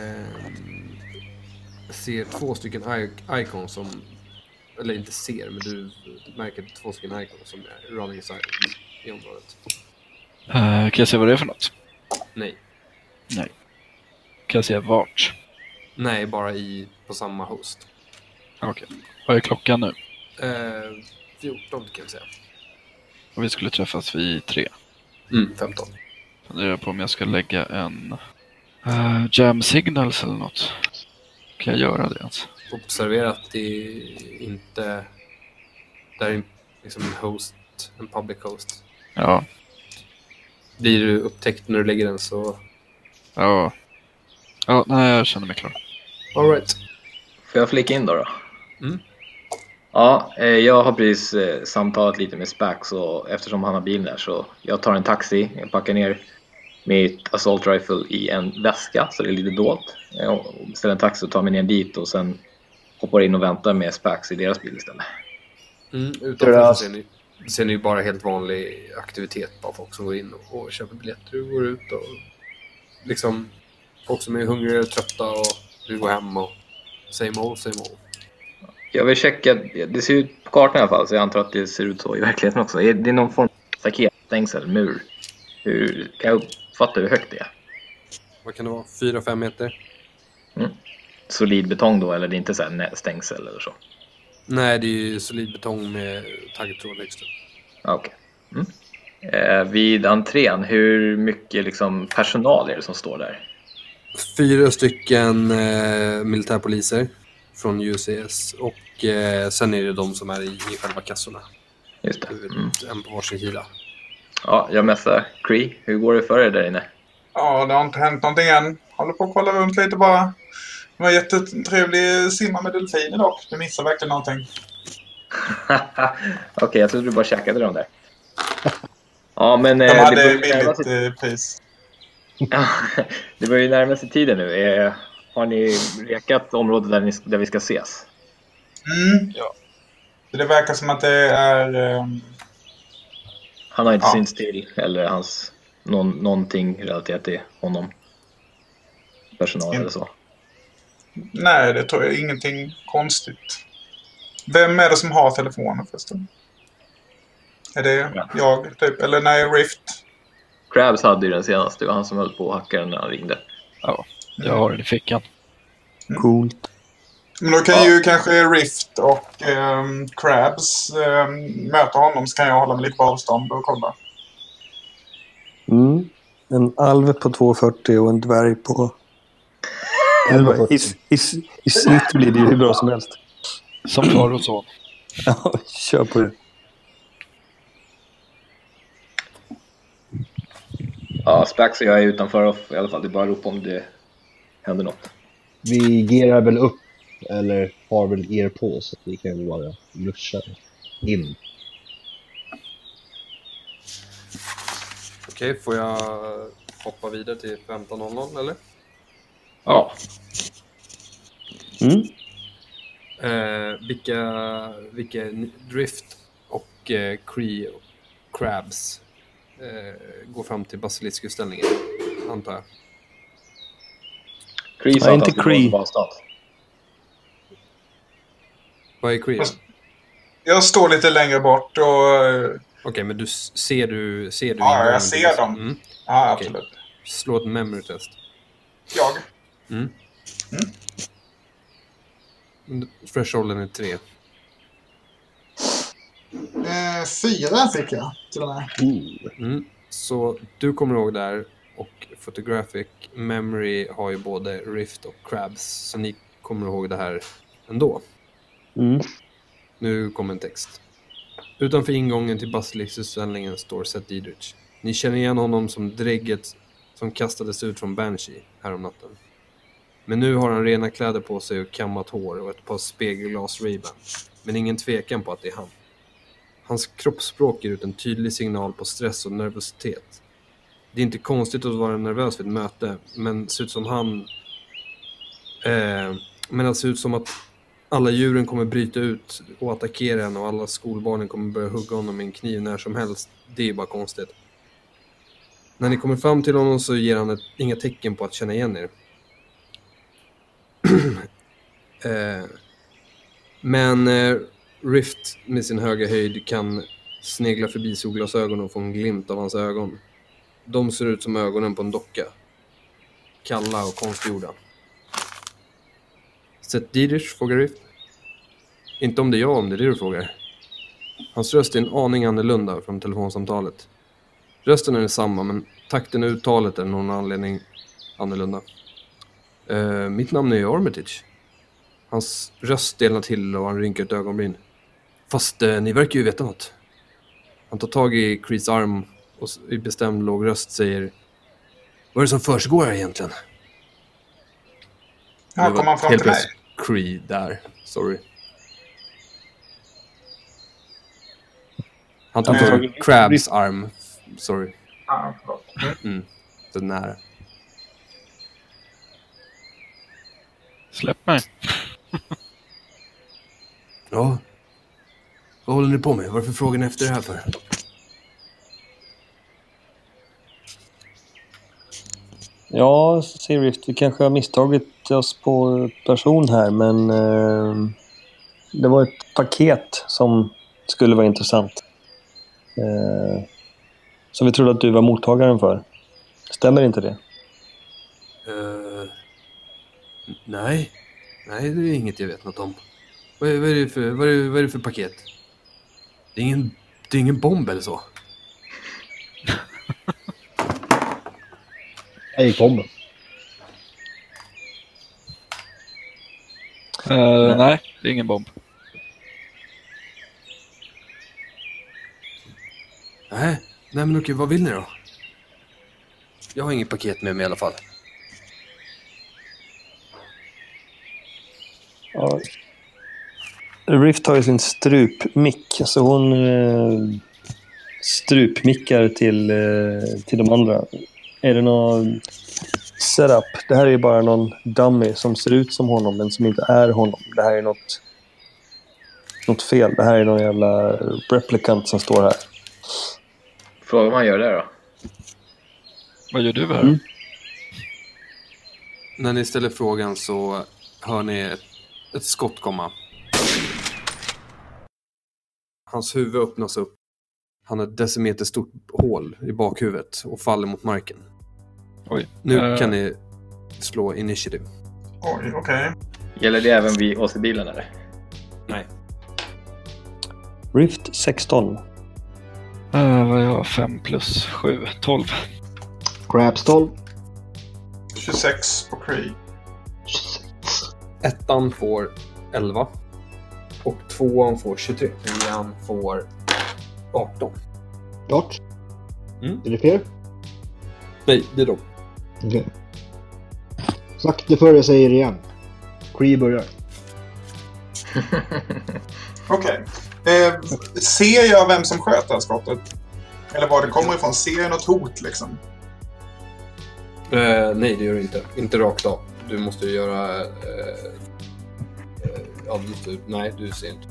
Speaker 2: ser 2 stycken icons som... Eller inte ser, men du märker 2 stycken icons som är running silent i området.
Speaker 3: Kan jag se vad det är för något?
Speaker 2: Nej.
Speaker 3: Nej. Kan jag se vart?
Speaker 2: Nej, bara på samma host.
Speaker 3: Okej. Vad är klockan nu?
Speaker 2: 14 kan jag säga.
Speaker 3: Och vi skulle träffas vid 3.
Speaker 2: 15.
Speaker 3: Jag är på om jag ska lägga en jam signals eller något. Kan jag göra det ens?
Speaker 2: Observera att det inte... Det är liksom en public host.
Speaker 3: Ja.
Speaker 2: Blir du upptäckt när du lägger den så...
Speaker 3: Ja. Ja, nej, jag känner mig klar.
Speaker 2: All right.
Speaker 5: Får jag flika in då?
Speaker 2: Mm.
Speaker 5: Ja, jag har precis samtalat lite med Spax och eftersom han har bilen där så jag tar en taxi, jag packar ner mitt assault rifle i en väska så det är lite dolt. Jag ställer en taxi och tar mig ner dit och sen hoppar in och väntar med Spax i deras bil istället.
Speaker 2: Utanför så ser ni ju bara helt vanlig aktivitet. Bara folk som går in och köper biljetter och går ut och liksom folk som är hungriga och trötta och vill gå hem och same old.
Speaker 5: Jag vill checka, det ser ut på kartan i alla fall så jag antar att det ser ut så i verkligheten också. Är det någon form av staketstängsel, mur? Kan jag uppfatta hur högt det är?
Speaker 2: Vad kan det vara? 4-5 meter?
Speaker 5: Solid betong då, eller det är inte så här stängsel eller så?
Speaker 2: Nej, det är ju solid betong med taggtråd högst upp.
Speaker 5: Okej. Vid entrén, hur mycket liksom personal är det som står där?
Speaker 2: 4 stycken militärpoliser från UCS och sen är det de som är i själva kassorna.
Speaker 5: Just det.
Speaker 2: En på varsin sida.
Speaker 5: Ja, jag mässar. Cree, hur går det för dig där inne?
Speaker 4: Ja, det har inte hänt någonting än. Håller på att kolla runt lite bara. Det var jättetrevlig simma med delfiner dock. Du missar verkligen någonting.
Speaker 5: Okej, jag trodde du bara käkade dem där. Ja, men...
Speaker 4: De hade billigt pris.
Speaker 5: Det var ju närmaste tiden nu. Har ni rekat området där vi ska ses?
Speaker 4: Ja. Det verkar som att det är...
Speaker 5: Han har inte synts till, eller hans någonting relaterat till honom. Personal eller så.
Speaker 4: Nej, det tror jag ingenting konstigt. Vem är det som har telefonen förresten? Är det jag typ? Eller nej, Rift?
Speaker 5: Krabs hade ju den senaste. Det var han som höll på att hacka den när han ringde.
Speaker 3: Ja, jag har den i fickan.
Speaker 7: Coolt.
Speaker 4: Men då kan ju kanske Rift och Krabs möta honom, så kan jag hålla mig lite på avstånd och kolla.
Speaker 7: En alv på 2,40 och en dvärg på 11. I snitt blir det ju hur bra som helst.
Speaker 3: Som far och son.
Speaker 7: Ja, kör på det.
Speaker 5: Ja, Spax och jag är utanför i alla fall. Det är bara att ropa om det händer något.
Speaker 6: Vi gerar väl upp, eller har väl er på, så att vi kan bara ruscha in.
Speaker 2: Okej, får jag hoppa vidare till 15.00 eller?
Speaker 5: Ja.
Speaker 2: Vilka Drift och Cree och Krabs går fram till basiliskusställningen, antar jag.
Speaker 5: Cree sa
Speaker 7: inte
Speaker 5: att han
Speaker 7: Cree.
Speaker 5: skulle vara
Speaker 2: Vad är Cree?
Speaker 4: Jag står lite längre bort och...
Speaker 2: Okej, men du ser du
Speaker 4: Ja, jag ser dem. Ja,
Speaker 2: Okej.
Speaker 4: absolut.
Speaker 2: Slå ett memory test.
Speaker 4: Jag?
Speaker 2: Thresholden är 3.
Speaker 4: 4 fick jag till och med.
Speaker 2: Så du kommer ihåg där, och Photographic Memory har ju både Rift och Krabs, så ni kommer ihåg det här ändå. Nu kommer en text. Utanför ingången till Basiliskusställningen står Seth Dietrich. Ni känner igen honom som drägget som kastades ut från Banshee här om natten. Men nu har han rena kläder på sig och kammat hår och ett par spegelglas Ray-Ban. Men ingen tvekan på att det är han. Hans kroppsspråk ger ut en tydlig signal på stress och nervositet. Det är inte konstigt att vara nervös vid ett möte, men det ser ut som att alla djuren kommer bryta ut och attackera henne och alla skolbarnen kommer börja hugga honom med en kniv när som helst. Det är bara konstigt. När ni kommer fram till honom så ger han inga tecken på att känna igen er. Men Rift med sin höga höjd kan snegla förbi solglasögonen och få en glimt av hans ögon. De ser ut som ögonen på en docka. Kalla och konstgjorda. Sett Dietrich, frågar Rift. Inte om det är jag, om det är det du frågar. Hans röst är en aning annorlunda från telefonsamtalet. Rösten är densamma, men takten och uttalet är någon anledning annorlunda. Mitt namn är Armitage. Hans röst stelnar till och han rynkar ett ögonbryn. Fast ni verkar ju veta något. Han tar tag i Crees arm och i bestämd låg röst säger: vad är det som försiggår här egentligen?
Speaker 4: Ja, kommer han fram till mig?
Speaker 2: Cree där, sorry. Han tar tag i Crabs arm, sorry. Den nära.
Speaker 3: Släpp mig.
Speaker 2: Ja. Vad håller ni på med? Varför frågar ni efter det här för?
Speaker 7: Ja, säger Rift, vi kanske har misstagit oss på person här, men det var ett paket som skulle vara intressant. Som vi trodde att du var mottagaren för. Stämmer inte det?
Speaker 2: Nej, det är inget jag vet något om. Vad är det för paket? Det är ingen bomb eller så.
Speaker 6: Jag gick bomben.
Speaker 3: Nej, det är ingen bomb.
Speaker 2: Nej, men okej, vad vill ni då? Jag har inget paket med mig i alla fall.
Speaker 7: Ja. Rift har ju sin strupmick, så hon strupmickar till de andra. Är det någon setup? Det här är ju bara någon dummy som ser ut som honom men som inte är honom. Det här är något fel. Det här är någon jävla replicant som står här.
Speaker 5: Fråga vad man gör där då.
Speaker 3: Vad gör du här?
Speaker 2: När ni ställer frågan så hör ni ett skott komma. Hans huvud öppnas upp. Han har ett decimeter stort hål i bakhuvudet och faller mot marken.
Speaker 3: Oj.
Speaker 2: Nu kan ni slå initiativ.
Speaker 4: Oj, okej.
Speaker 5: Gäller det även vid oss i bilen eller?
Speaker 2: Nej.
Speaker 7: Rift 16.
Speaker 3: Vad är jag? 5 plus 7, 12.
Speaker 6: Crabs 12.
Speaker 4: 26 på Cree.
Speaker 2: Ettan får 11. Och tvåan får 23. Trean får 18.
Speaker 6: Klart.
Speaker 2: Mm.
Speaker 6: Är det fler?
Speaker 2: Nej, det är de.
Speaker 6: Okej. Sagt det förr, jag säger det igen. Cree börjar.
Speaker 4: Okej. Ser jag vem som sköt det här skottet? Eller var det kommer ifrån? Ser jag något hot liksom?
Speaker 2: Nej, det gör du inte. Inte rakt av. Du måste göra... nej, du ser inte.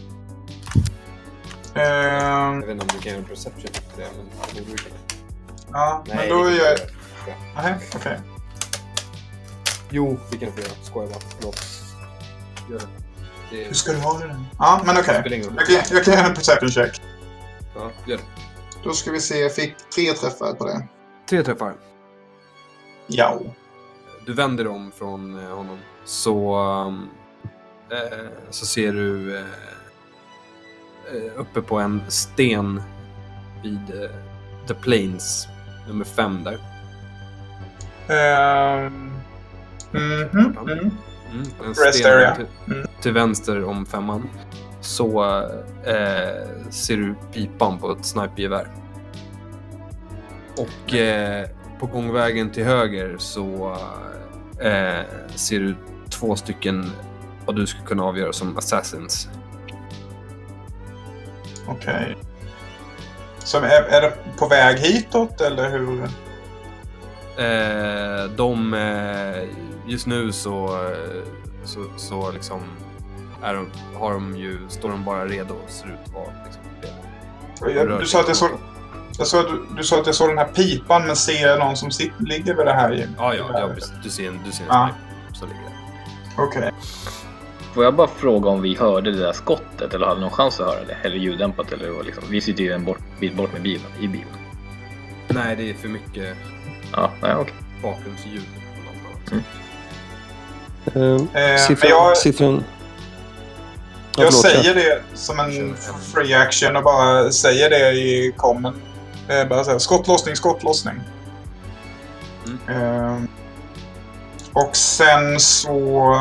Speaker 2: Jag vet inte om du kan göra perception efter det, men det borde du kunna.
Speaker 4: Ja,
Speaker 2: Nej,
Speaker 4: men då är jag... Nej, okej.
Speaker 2: Jo, vi kan få göra. Skoja bara. Förlåt. Gör det.
Speaker 4: Hur ska du ha det? Ja, men okej. Jag kan göra en perception check.
Speaker 2: Ja, gör det.
Speaker 4: Då ska vi se, jag fick 3 träffar på det.
Speaker 2: 3 träffar.
Speaker 4: Ja.
Speaker 2: Du vänder om från honom. Så ser du uppe på en sten vid The Plains nummer 5 där. En
Speaker 4: Rest
Speaker 2: sten
Speaker 4: area.
Speaker 2: till vänster om 5:an. Så ser du pipan på ett snipergevär. Och på gångvägen till höger så ser du 2 stycken vad du skulle kunna avgöra som assassins.
Speaker 4: Okej. Så är det på väg hitåt eller hur?
Speaker 2: Just nu så liksom står de bara redo och ser ut var liksom.
Speaker 4: Du sa att jag såg den här pipan, men ser någon som ligger vid det här?
Speaker 2: Ja, du ser en sniper som ligger där.
Speaker 4: Okej.
Speaker 5: Får jag bara fråga om vi hörde det där skottet eller hade någon chans att höra det? Eller ljuddämpat eller vad liksom. Vi sitter ju en bit bort med bilen, i bilen.
Speaker 2: Nej, det är för mycket bakgrundsljud på något annat.
Speaker 4: Jag säger det som en free action och bara säger det i kommen. Bara säga skottlossning. Och sen så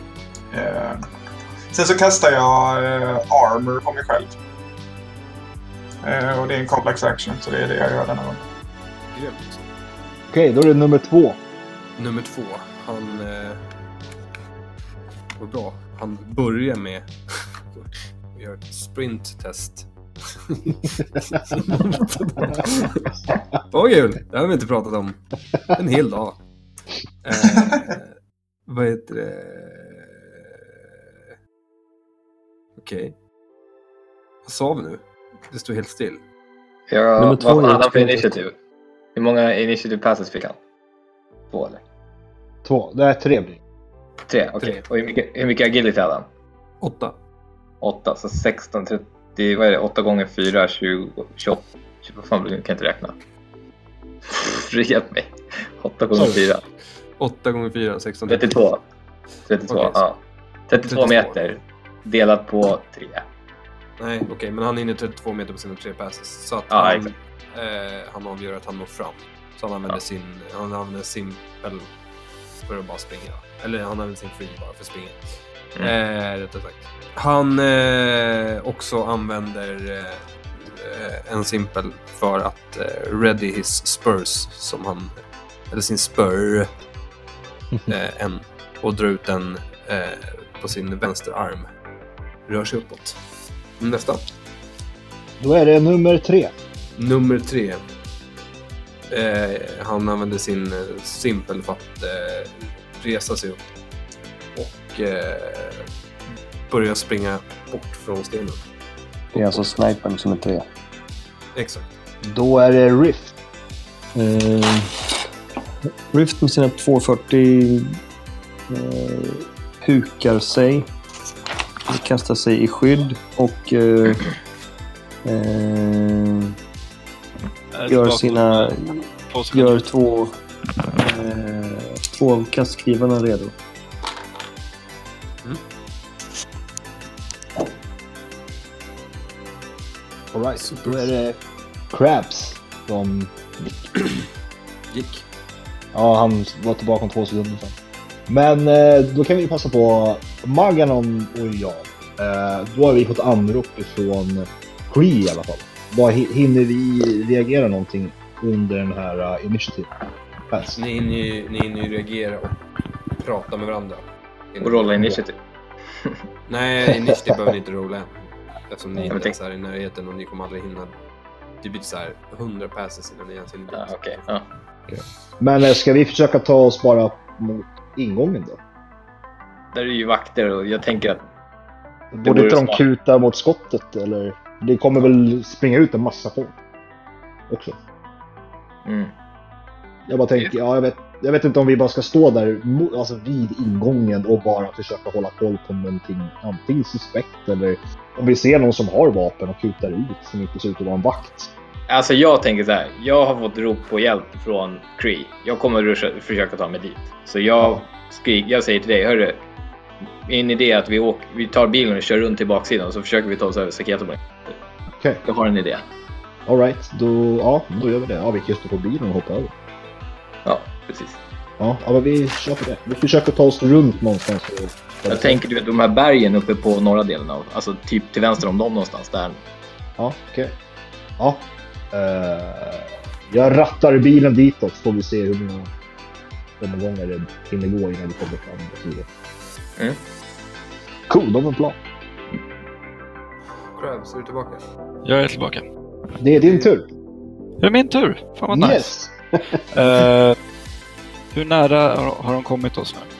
Speaker 4: kastar jag armor på mig själv. Och det är en complex action, så det är det jag gör den här gången.
Speaker 2: Grymt.
Speaker 6: Okej, då är det nummer 2.
Speaker 2: Nummer 2. Han... Vad bra. Han börjar med att göra ett sprinttest. Vad kul! Det har vi inte pratat om en hel dag. Vad heter det? Okej. Vad sa vi nu? Det står helt still.
Speaker 5: Vad hade han för initiativ? Hur många initiative passes fick han? 2 eller?
Speaker 6: 2. Det är 3 blir.
Speaker 5: 3, okej. Och hur mycket agility hade han?
Speaker 2: 8,
Speaker 5: så 16, 30, vad är det? 8 gånger 4, 20, 28. Vad fan, kan inte räkna. Hjälp mig. 8 gånger 4.
Speaker 2: 8 gånger 4, 16.
Speaker 5: 32, okay. Ja. 32 meter delat på 3.
Speaker 2: Nej, okej, men han är inne 32 meter på sina 3 passes. Så att han avgör att han når fram. Så han använder simpel för att bara springa. Eller han använder sin free bara för att springa. Rättare sagt. Han också använder en simpel för att ready his spurs som han, eller sin spur och dra ut den på sin vänsterarm. Rör sig uppåt. Nästa.
Speaker 6: Då är det nummer 3.
Speaker 2: Nummer 3. Han använder sin simpel för att resa sig upp och börja springa bort från stenen.
Speaker 7: Det är alltså snipern som är 3.
Speaker 2: Exakt.
Speaker 6: Då är det Rift.
Speaker 7: Rift med sina 240 hukar sig. Kastar sig i skydd och gör två kastskrivarna redo.
Speaker 6: All right. Då är det Krabs som
Speaker 2: gick.
Speaker 6: Ja, han var tillbaka om 2 sekunder sedan. Men då kan vi passa på Maganon och jag. Då har vi fått anrop ifrån Cree i alla fall. Vad hinner vi reagera någonting under den här initiativ?
Speaker 2: Ni hinner ju reagera och prata med varandra.
Speaker 5: Och rolla initiativ.
Speaker 2: Nej, initiativ behöver ni inte rolla än. Eftersom ni inte är i närheten och ni kommer aldrig hinna. Det blir så här 100 passes innan ni ens hinner.
Speaker 5: Okej.
Speaker 6: Men ska vi försöka ta oss bara mot ingången då?
Speaker 5: Där är ju vakter och jag tänker att
Speaker 6: borde inte de kuta mot skottet eller? Det kommer väl springa ut en massa folk också. Jag bara tänker, jag vet inte om vi bara ska stå där alltså vid ingången och bara försöka hålla koll på någonting antingen suspekt eller om vi ser någon som har vapen och kutar ut som inte ser ut att vara en vakt.
Speaker 5: Alltså jag tänker så här, jag har fått rop på hjälp från Cree. Jag kommer att försöka ta mig dit. Så jag säger till dig, hörru, min idé är att vi tar bilen och kör runt till baksidan och så försöker vi ta oss över Saketoborg.
Speaker 6: Okej.
Speaker 5: Jag har en idé.
Speaker 6: All right, då gör vi det. Ja, vi kan stå på bilen och hoppa över.
Speaker 5: Ja, precis.
Speaker 6: Ja, men vi kör på det. Vi försöker ta oss runt någonstans.
Speaker 5: Jag tänker du vet de här bergen uppe på norra delen av, alltså typ till vänster om dem någonstans där.
Speaker 6: Ja, okej. Ja. Jag rattar bilen ditåt så får vi se hur många omgångar det hinner gå innan vi kommer fram. Cool, de är en plan.
Speaker 2: Krabs, är du tillbaka?
Speaker 3: Jag är tillbaka.
Speaker 6: Det är din tur.
Speaker 3: Det är min tur. Fan vad nice.
Speaker 6: Yes.
Speaker 3: Hur nära har de kommit oss nu?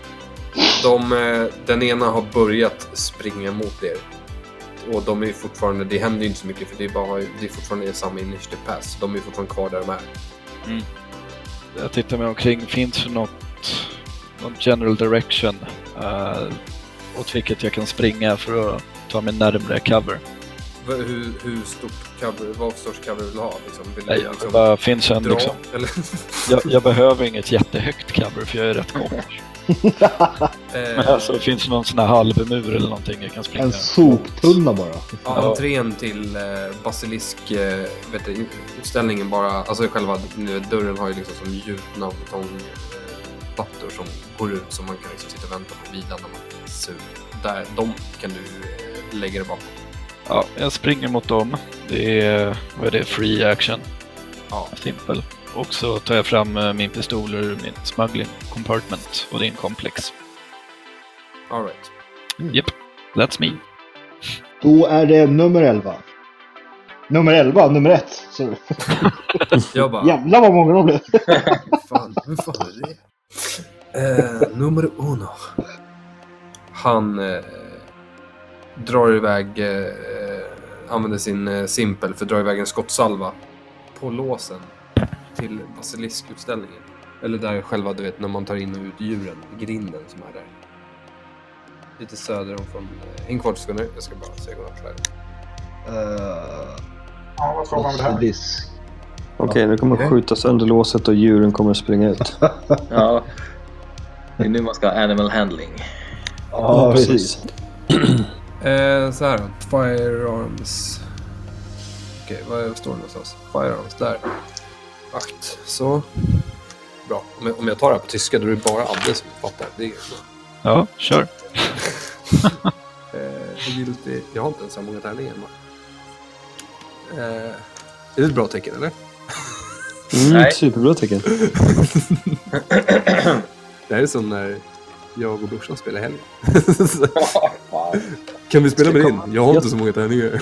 Speaker 2: Den ena har börjat springa mot er. Och de är ju fortfarande, det händer ju inte så mycket för det är fortfarande samma initiative pass. De är ju fortfarande kvar där de är.
Speaker 3: Mm. Jag tittar mig omkring. Finns det någon general direction åt vilket jag kan springa för att ta mig närmare cover?
Speaker 2: Hur stort cover, vad för sorts cover vill du ha? Liksom,
Speaker 3: Nej, liksom bara finns en liksom. Jag behöver inget jättehögt cover för jag är rätt kort. Men alltså, finns det någon sån här halvmur eller någonting jag kan springa?
Speaker 6: En soptunna bara.
Speaker 2: Ja, entrén till basilisk utställningen bara, alltså själva dörren har ju liksom som gjutna betongplattor som går ut så man kan liksom sitta och vänta på bilen när man suger. Där, de kan du lägga det bakom.
Speaker 3: Ja, jag springer mot dem. Det är, vad är det? Free action.
Speaker 2: Ja.
Speaker 3: Simpel. Och så tar jag fram min pistol ur min smuggling compartment och det är en komplex.
Speaker 2: All right.
Speaker 3: Yep, that's me.
Speaker 6: Då är det nummer 11. Nummer 1. Sorry.
Speaker 2: Jag bara...
Speaker 6: Jävlar vad många de blev.
Speaker 2: Hur fan är det? Nummer 1. Han drar iväg, använder sin simpel för att dra iväg en skottsalva på låsen till basiliskutställningen. Eller där själva, du vet, när man tar in och ut djuren, grinden som är där. Lite söder om från en kvart sekunder. Jag ska bara säga godnatt för
Speaker 4: Ja, vad tror man om det här?
Speaker 7: Okej, nu kommer skjuta sönder låset och djuren kommer att springa ut.
Speaker 5: Ja. Det är nu man ska ha animal handling.
Speaker 6: Ja, precis.
Speaker 2: Så här då. Firearms. Okej, vad står det någonstans? Firearms, där. Akt, så. Bra. Om jag tar det här på tyska, då är det bara Adde som fattar. Det är så.
Speaker 3: Ja, kör.
Speaker 2: Jag har inte ens så många tärningar. Är det ett bra tecken, eller?
Speaker 7: Nej. Superbra tecken.
Speaker 2: Det här är som när jag och brorsan spelar helg. Kan vi spela med din? Jag har inte så många tärningar.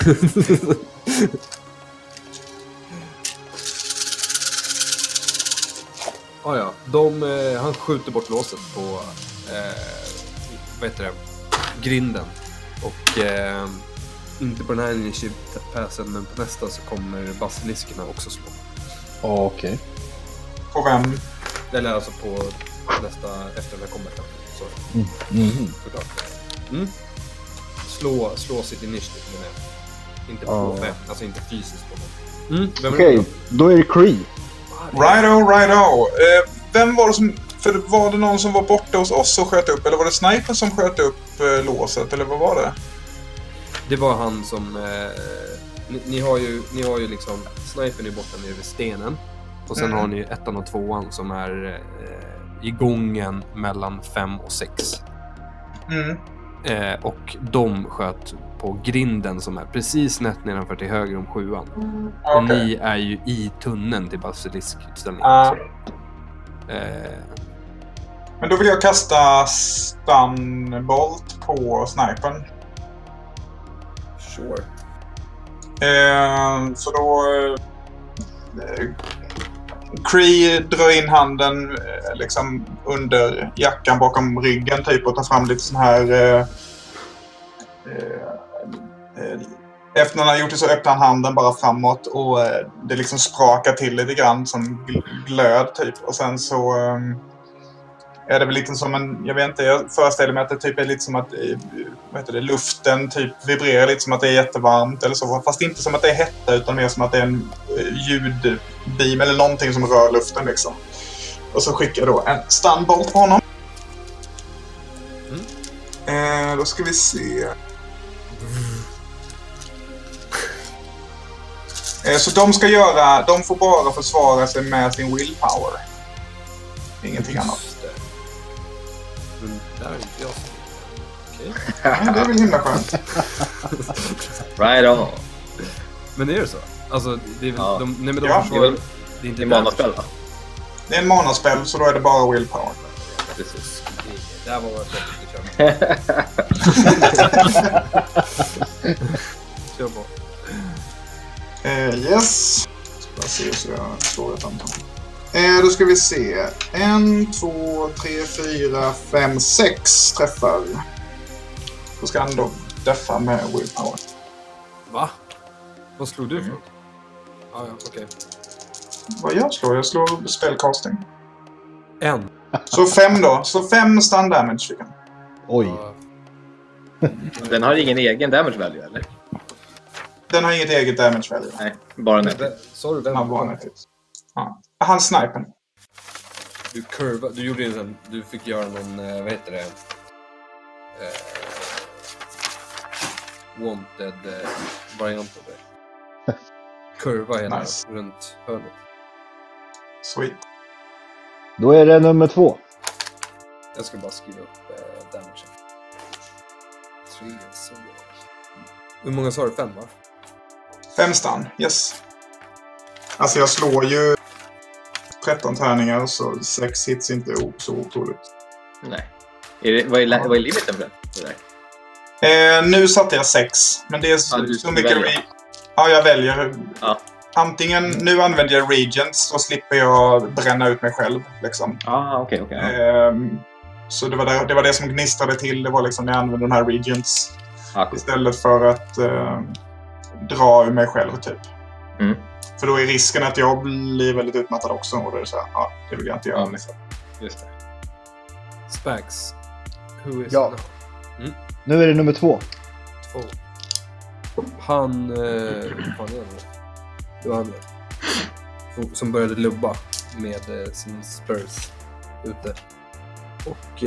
Speaker 2: Ja. Han skjuter bort låset på vad heter det? Grinden. Och inte på den här initiative-passen, men på nästa så kommer basiliskerna också slå.
Speaker 6: Okej.
Speaker 4: På vem?
Speaker 2: Eller alltså på nästa, efter den här kommer. Så. Såklart. Slå sitt initiativ med det. Inte på 5, alltså inte fysiskt på något.
Speaker 6: Okej, då är det Cree.
Speaker 4: Righto. Vem var det som... För var det någon som var borta hos oss och sköt upp? Eller var det snipern som sköt upp låset? Eller vad var det?
Speaker 2: Det var han som... Ni har ju liksom... Snipern är borta nere vid stenen. Och sen har ni 1 och 2 som är i gången mellan 5 och 6. Och de sköt på grinden som är precis nätt nedanför till höger om 7. Och ni är ju i tunneln till basiliskutställningen.
Speaker 4: Men då vill jag kasta stunbolt på snipern.
Speaker 2: Sure.
Speaker 4: Så då... Cree drar in handen liksom under jackan bakom ryggen typ och tar fram lite sån här... Efter när han gjort det så öppnar han handen bara framåt och det liksom sprakar till lite grann som glöd typ. Och sen så är det väl lite som en, jag vet inte, jag föreställer mig att det typ är lite som att luften typ vibrerar lite som att det är jättevarmt eller så. Fast inte som att det är hetta utan mer som att det är en ljudbeam eller någonting som rör luften liksom. Och så skickar jag då en stunbolt på honom. Då ska vi se... Så de får bara försvara sig med sin willpower. Ingenting annat.
Speaker 2: Men där är inte jag så. Okej.
Speaker 4: Det är väl himla skönt.
Speaker 5: Right on.
Speaker 2: Men är det så? Alltså, det är väl...
Speaker 5: Ja.
Speaker 2: Det är inte
Speaker 5: en manaspel, va?
Speaker 4: Det är en manaspel, så då är det bara willpower.
Speaker 2: Precis. Det här var vad jag tänkte köra.
Speaker 4: Då Yes. Ska se så jag slår ett antal. Då ska vi se. 1, 2, 3, 4, 5, 6 träffar. Då ska han då deffa med willpower.
Speaker 2: Va? Vad slog du för? Ja, okej.
Speaker 4: Vad jag slår? Jag slår spellcasting.
Speaker 2: 1.
Speaker 4: Så 5 då. Så 5 stun damage fick han.
Speaker 6: Oj.
Speaker 5: Den har ingen egen damage value, eller?
Speaker 4: Den har inget eget damage value.
Speaker 5: Nej, bara nettigt.
Speaker 2: Sorry, vem
Speaker 4: Han var nettigt. Ja. Han snipen.
Speaker 2: Du curva, du gjorde en, du fick göra någon, vad heter det? Wanted variant av det. Curva hela
Speaker 4: Nice.
Speaker 2: runt hörnet.
Speaker 4: Sweet.
Speaker 6: Då är det nummer 2.
Speaker 2: Jag ska bara skriva upp damage. 3, så. Hur många sa du? 5, va?
Speaker 4: 5 stun, yes. Alltså jag slår ju 13 tärningar så 6 hits inte så otroligt.
Speaker 5: Nej. Vad är limiten för det där?
Speaker 4: Nu satte jag 6, men det är så mycket... Ja, jag väljer.
Speaker 5: Ja.
Speaker 4: Antingen, nu använder jag Regents, så slipper jag bränna ut mig själv. Liksom.
Speaker 5: Okej.
Speaker 4: Så det var det som gnistrade till. Det var liksom när jag använde de här Regents.
Speaker 5: Cool.
Speaker 4: Istället för att dra ur mig själv, typ.
Speaker 5: Mm.
Speaker 4: För då är risken att jag blir väldigt utmattad också. Och då är det så här, det vill jag inte göra.
Speaker 5: Ja, just det.
Speaker 2: Spax. Who is
Speaker 6: Ja.
Speaker 2: it now?
Speaker 6: Nu är det nummer 2.
Speaker 2: 2. Han... vad är det? Det var han som började lubba med sin spurs ute. Och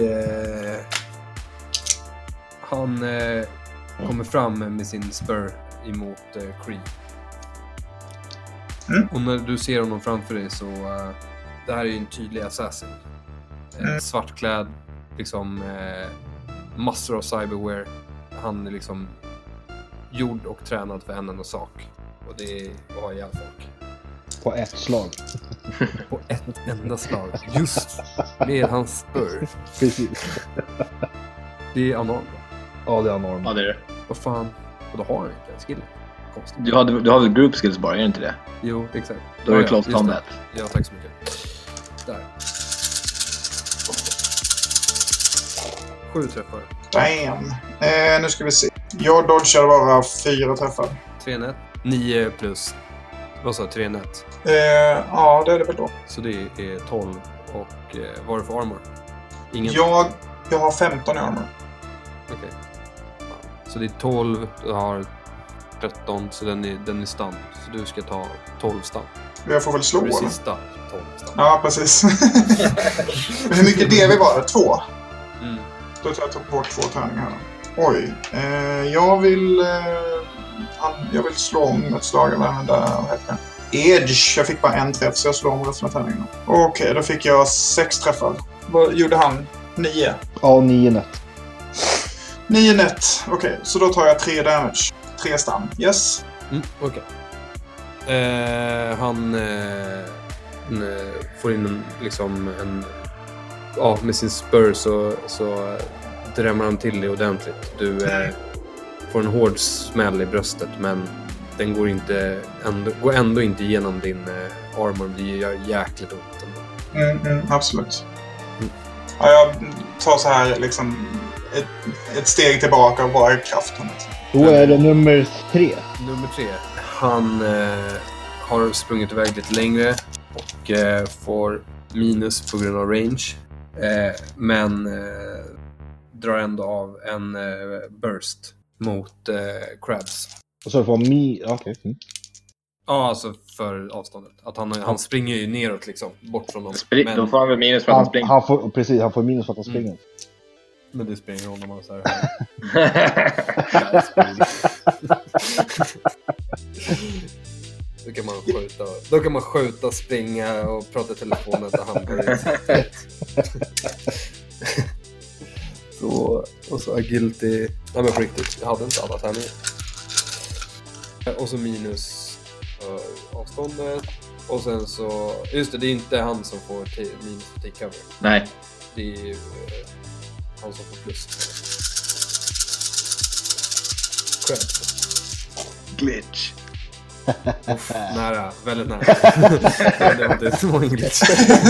Speaker 2: han kommer fram med sin spur emot Kree. Och när du ser honom framför dig så det här är ju en tydlig assassin. Svartklädd, liksom massor av cyberware. Han är liksom gjord och tränad för en enda sak. Och det är att ha ihjäl folk.
Speaker 6: På ett slag.
Speaker 2: På ett enda slag. Just med hans spur.
Speaker 6: Precis.
Speaker 2: Det är enormt.
Speaker 6: Ja, det är enormt.
Speaker 5: Ja, det är det.
Speaker 2: Vad fan? Och då har han inte en skill. Konstigt.
Speaker 5: Du har väl group skills bara, är det inte det?
Speaker 2: Jo, exakt.
Speaker 5: Då är det
Speaker 2: Ja,
Speaker 5: close
Speaker 2: just
Speaker 5: combat.
Speaker 2: det. Ja, tack så mycket. Där. 7 träffar.
Speaker 4: Damn. Nu ska vi se. Jag dodgar bara 4 träffar.
Speaker 2: 3 net. 9 plus... Vad sa 3 net?
Speaker 4: Ja, det är det väl då.
Speaker 2: Så det är 12. Och vad är det för armor? Ingen?
Speaker 4: Jag har 15 i armor.
Speaker 2: Okej. Ja. Så det är 12. Du har 13. Så den är stun. Så du ska ta 12 stun.
Speaker 4: Jag får väl slå,
Speaker 2: Det är
Speaker 4: eller?
Speaker 2: sista 12 stun.
Speaker 4: Ja, precis. Hur mycket DV var det? 2?
Speaker 2: Mm.
Speaker 4: Då tar jag bort 2 tärningar här. Oj. Jag vill slå om ett slag eller använda Edge. Jag fick bara en träff så jag slår om resten av tärningarna. Okej, då fick jag 6 träffar. Vad gjorde han? 9?
Speaker 6: Ja, 9 net.
Speaker 4: 9 net. Okej, så då tar jag 3 damage. 3 stun. Yes.
Speaker 2: Okej. Han får in med sin spur så drämmer han till det ordentligt. Du får en hård smäll i bröstet, men den går ändå inte igenom din armor. Det gör jäkligt ont ändå.
Speaker 4: Absolut. Ja, jag tar så här liksom ett steg tillbaka och bara kraften.
Speaker 6: Då är det nummer 3.
Speaker 2: Nummer 3. Han har sprungit iväg lite längre och får minus på grund av range. Men drar ändå av en burst mot Krabs.
Speaker 6: Och så får okej.
Speaker 2: Ja, alltså för avståndet. Att han springer ju neråt liksom, bort från dem.
Speaker 5: Då får han väl minus för att han springer.
Speaker 6: Han får minus för att han springer.
Speaker 2: Men det spelar ingen roll när man så här. Då kan man skjuta, springa och prata i telefonen där han går ut. Så agility. Nej, men på riktigt, jag hade inte alla tärningar. Och så minus avståndet. Och sen så, just det är inte han som får minus för take cover.
Speaker 5: Nej.
Speaker 2: Det är ju han som får plus.
Speaker 5: Glitch.
Speaker 2: Nära, väldigt nära. Det var inte så många glitch.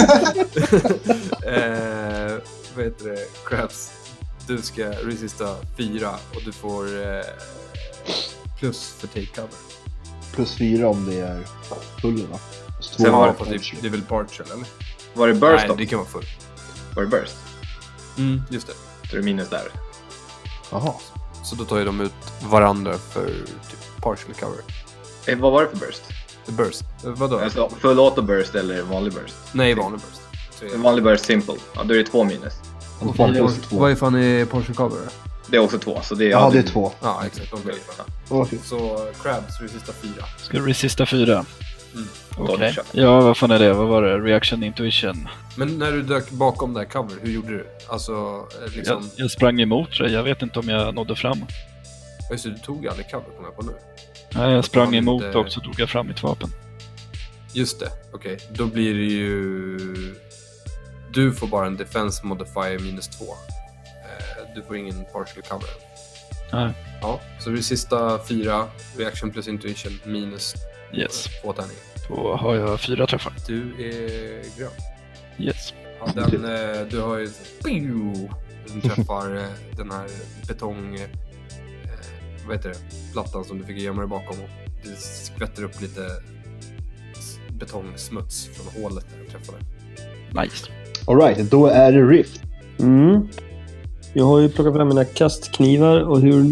Speaker 2: Vad heter det? Krabs. Du ska resista 4 och du får plus för take cover.
Speaker 6: Plus 4 om det är full, va?
Speaker 2: Sen var det är väl partial, eller?
Speaker 5: Var det burst?
Speaker 2: Nej, det kan vara full.
Speaker 5: Var det burst?
Speaker 2: Just det.
Speaker 5: Så det är minus där.
Speaker 6: Jaha.
Speaker 2: Så då tar ju de ut varandra för typ partial cover.
Speaker 5: Vad var det för burst?
Speaker 2: Burst? Vadå?
Speaker 5: Alltså full auto burst eller vanlig burst?
Speaker 2: Nej, vanlig burst.
Speaker 5: En vanlig burst simple. Ja, då är det 2 minus.
Speaker 2: Vad är fan i partial cover?
Speaker 5: Det är också 2, så det är...
Speaker 6: Ja, det är 2.
Speaker 2: Ja, exakt. Så Krabs resista 4.
Speaker 3: Ska resista 4?
Speaker 5: Okej.
Speaker 3: Ja, vad fan är det? Vad var det? Reaction intuition.
Speaker 2: Men när du dök bakom det här cover, hur gjorde du? Alltså, liksom...
Speaker 3: Jag sprang emot det. Jag vet inte om jag nådde fram.
Speaker 2: Just det, du tog aldrig cover på mig på nu.
Speaker 3: Nej, jag sprang emot och så tog jag fram mitt vapen.
Speaker 2: Just det, okej. Då blir det ju... Du får bara en defense modifier minus 2. Du får ingen partial cover.
Speaker 3: Nej.
Speaker 2: Ja, så det är sista 4, reaction plus intuition minus 2 tärningar.
Speaker 3: Då har jag 4 träffar.
Speaker 2: Du är grön.
Speaker 3: Yes.
Speaker 2: Ja, du har ju... Den träffar den här betong... vad heter det? Plattan som du fick gömma dig bakom. Och det skvätter upp lite betongsmuts från hålet där du träffade.
Speaker 3: Nice.
Speaker 6: Alright, då är det Rift.
Speaker 7: Jag har ju plockat fram mina kastknivar och hur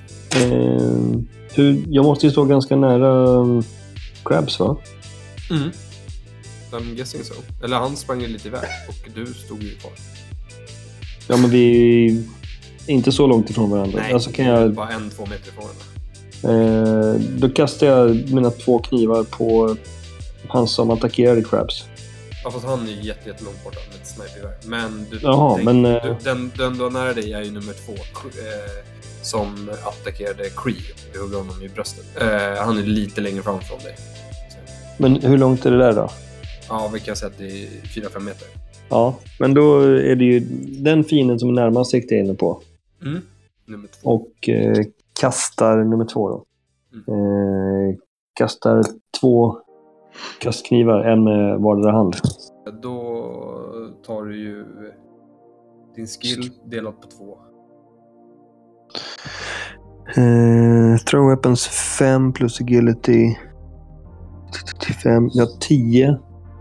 Speaker 7: jag måste ju stå ganska nära Krabs, va?
Speaker 2: I'm guessing so. Eller han sprang lite iväg och du stod ju kvar.
Speaker 7: Ja, men vi är inte så långt ifrån varandra.
Speaker 2: Nej,
Speaker 7: alltså kan jag
Speaker 2: bara 1-2 meter ifrån varandra.
Speaker 7: Då kastar jag mina 2 knivar på han som attackerade Krabs.
Speaker 2: Ja, fast han är ju jättelångt borta med ett snipergevär. Men den du har nära dig är ju nummer 2 som attackerade Cree. Du hugger honom i bröstet. Han är lite längre fram från dig.
Speaker 7: Men hur långt är det där då?
Speaker 2: Ja, vi kan säga att det är 4-5 meter.
Speaker 7: Ja, men då är det ju den fienden som är närmast siktar inne på.
Speaker 2: Nummer 2.
Speaker 7: Och kastar nummer 2 då. Kastar 2 kastknivar, en med vardera hand.
Speaker 2: Då tar du ju din skill delat på 2.
Speaker 7: Throw weapons 5 plus agility 5. Ja, 10.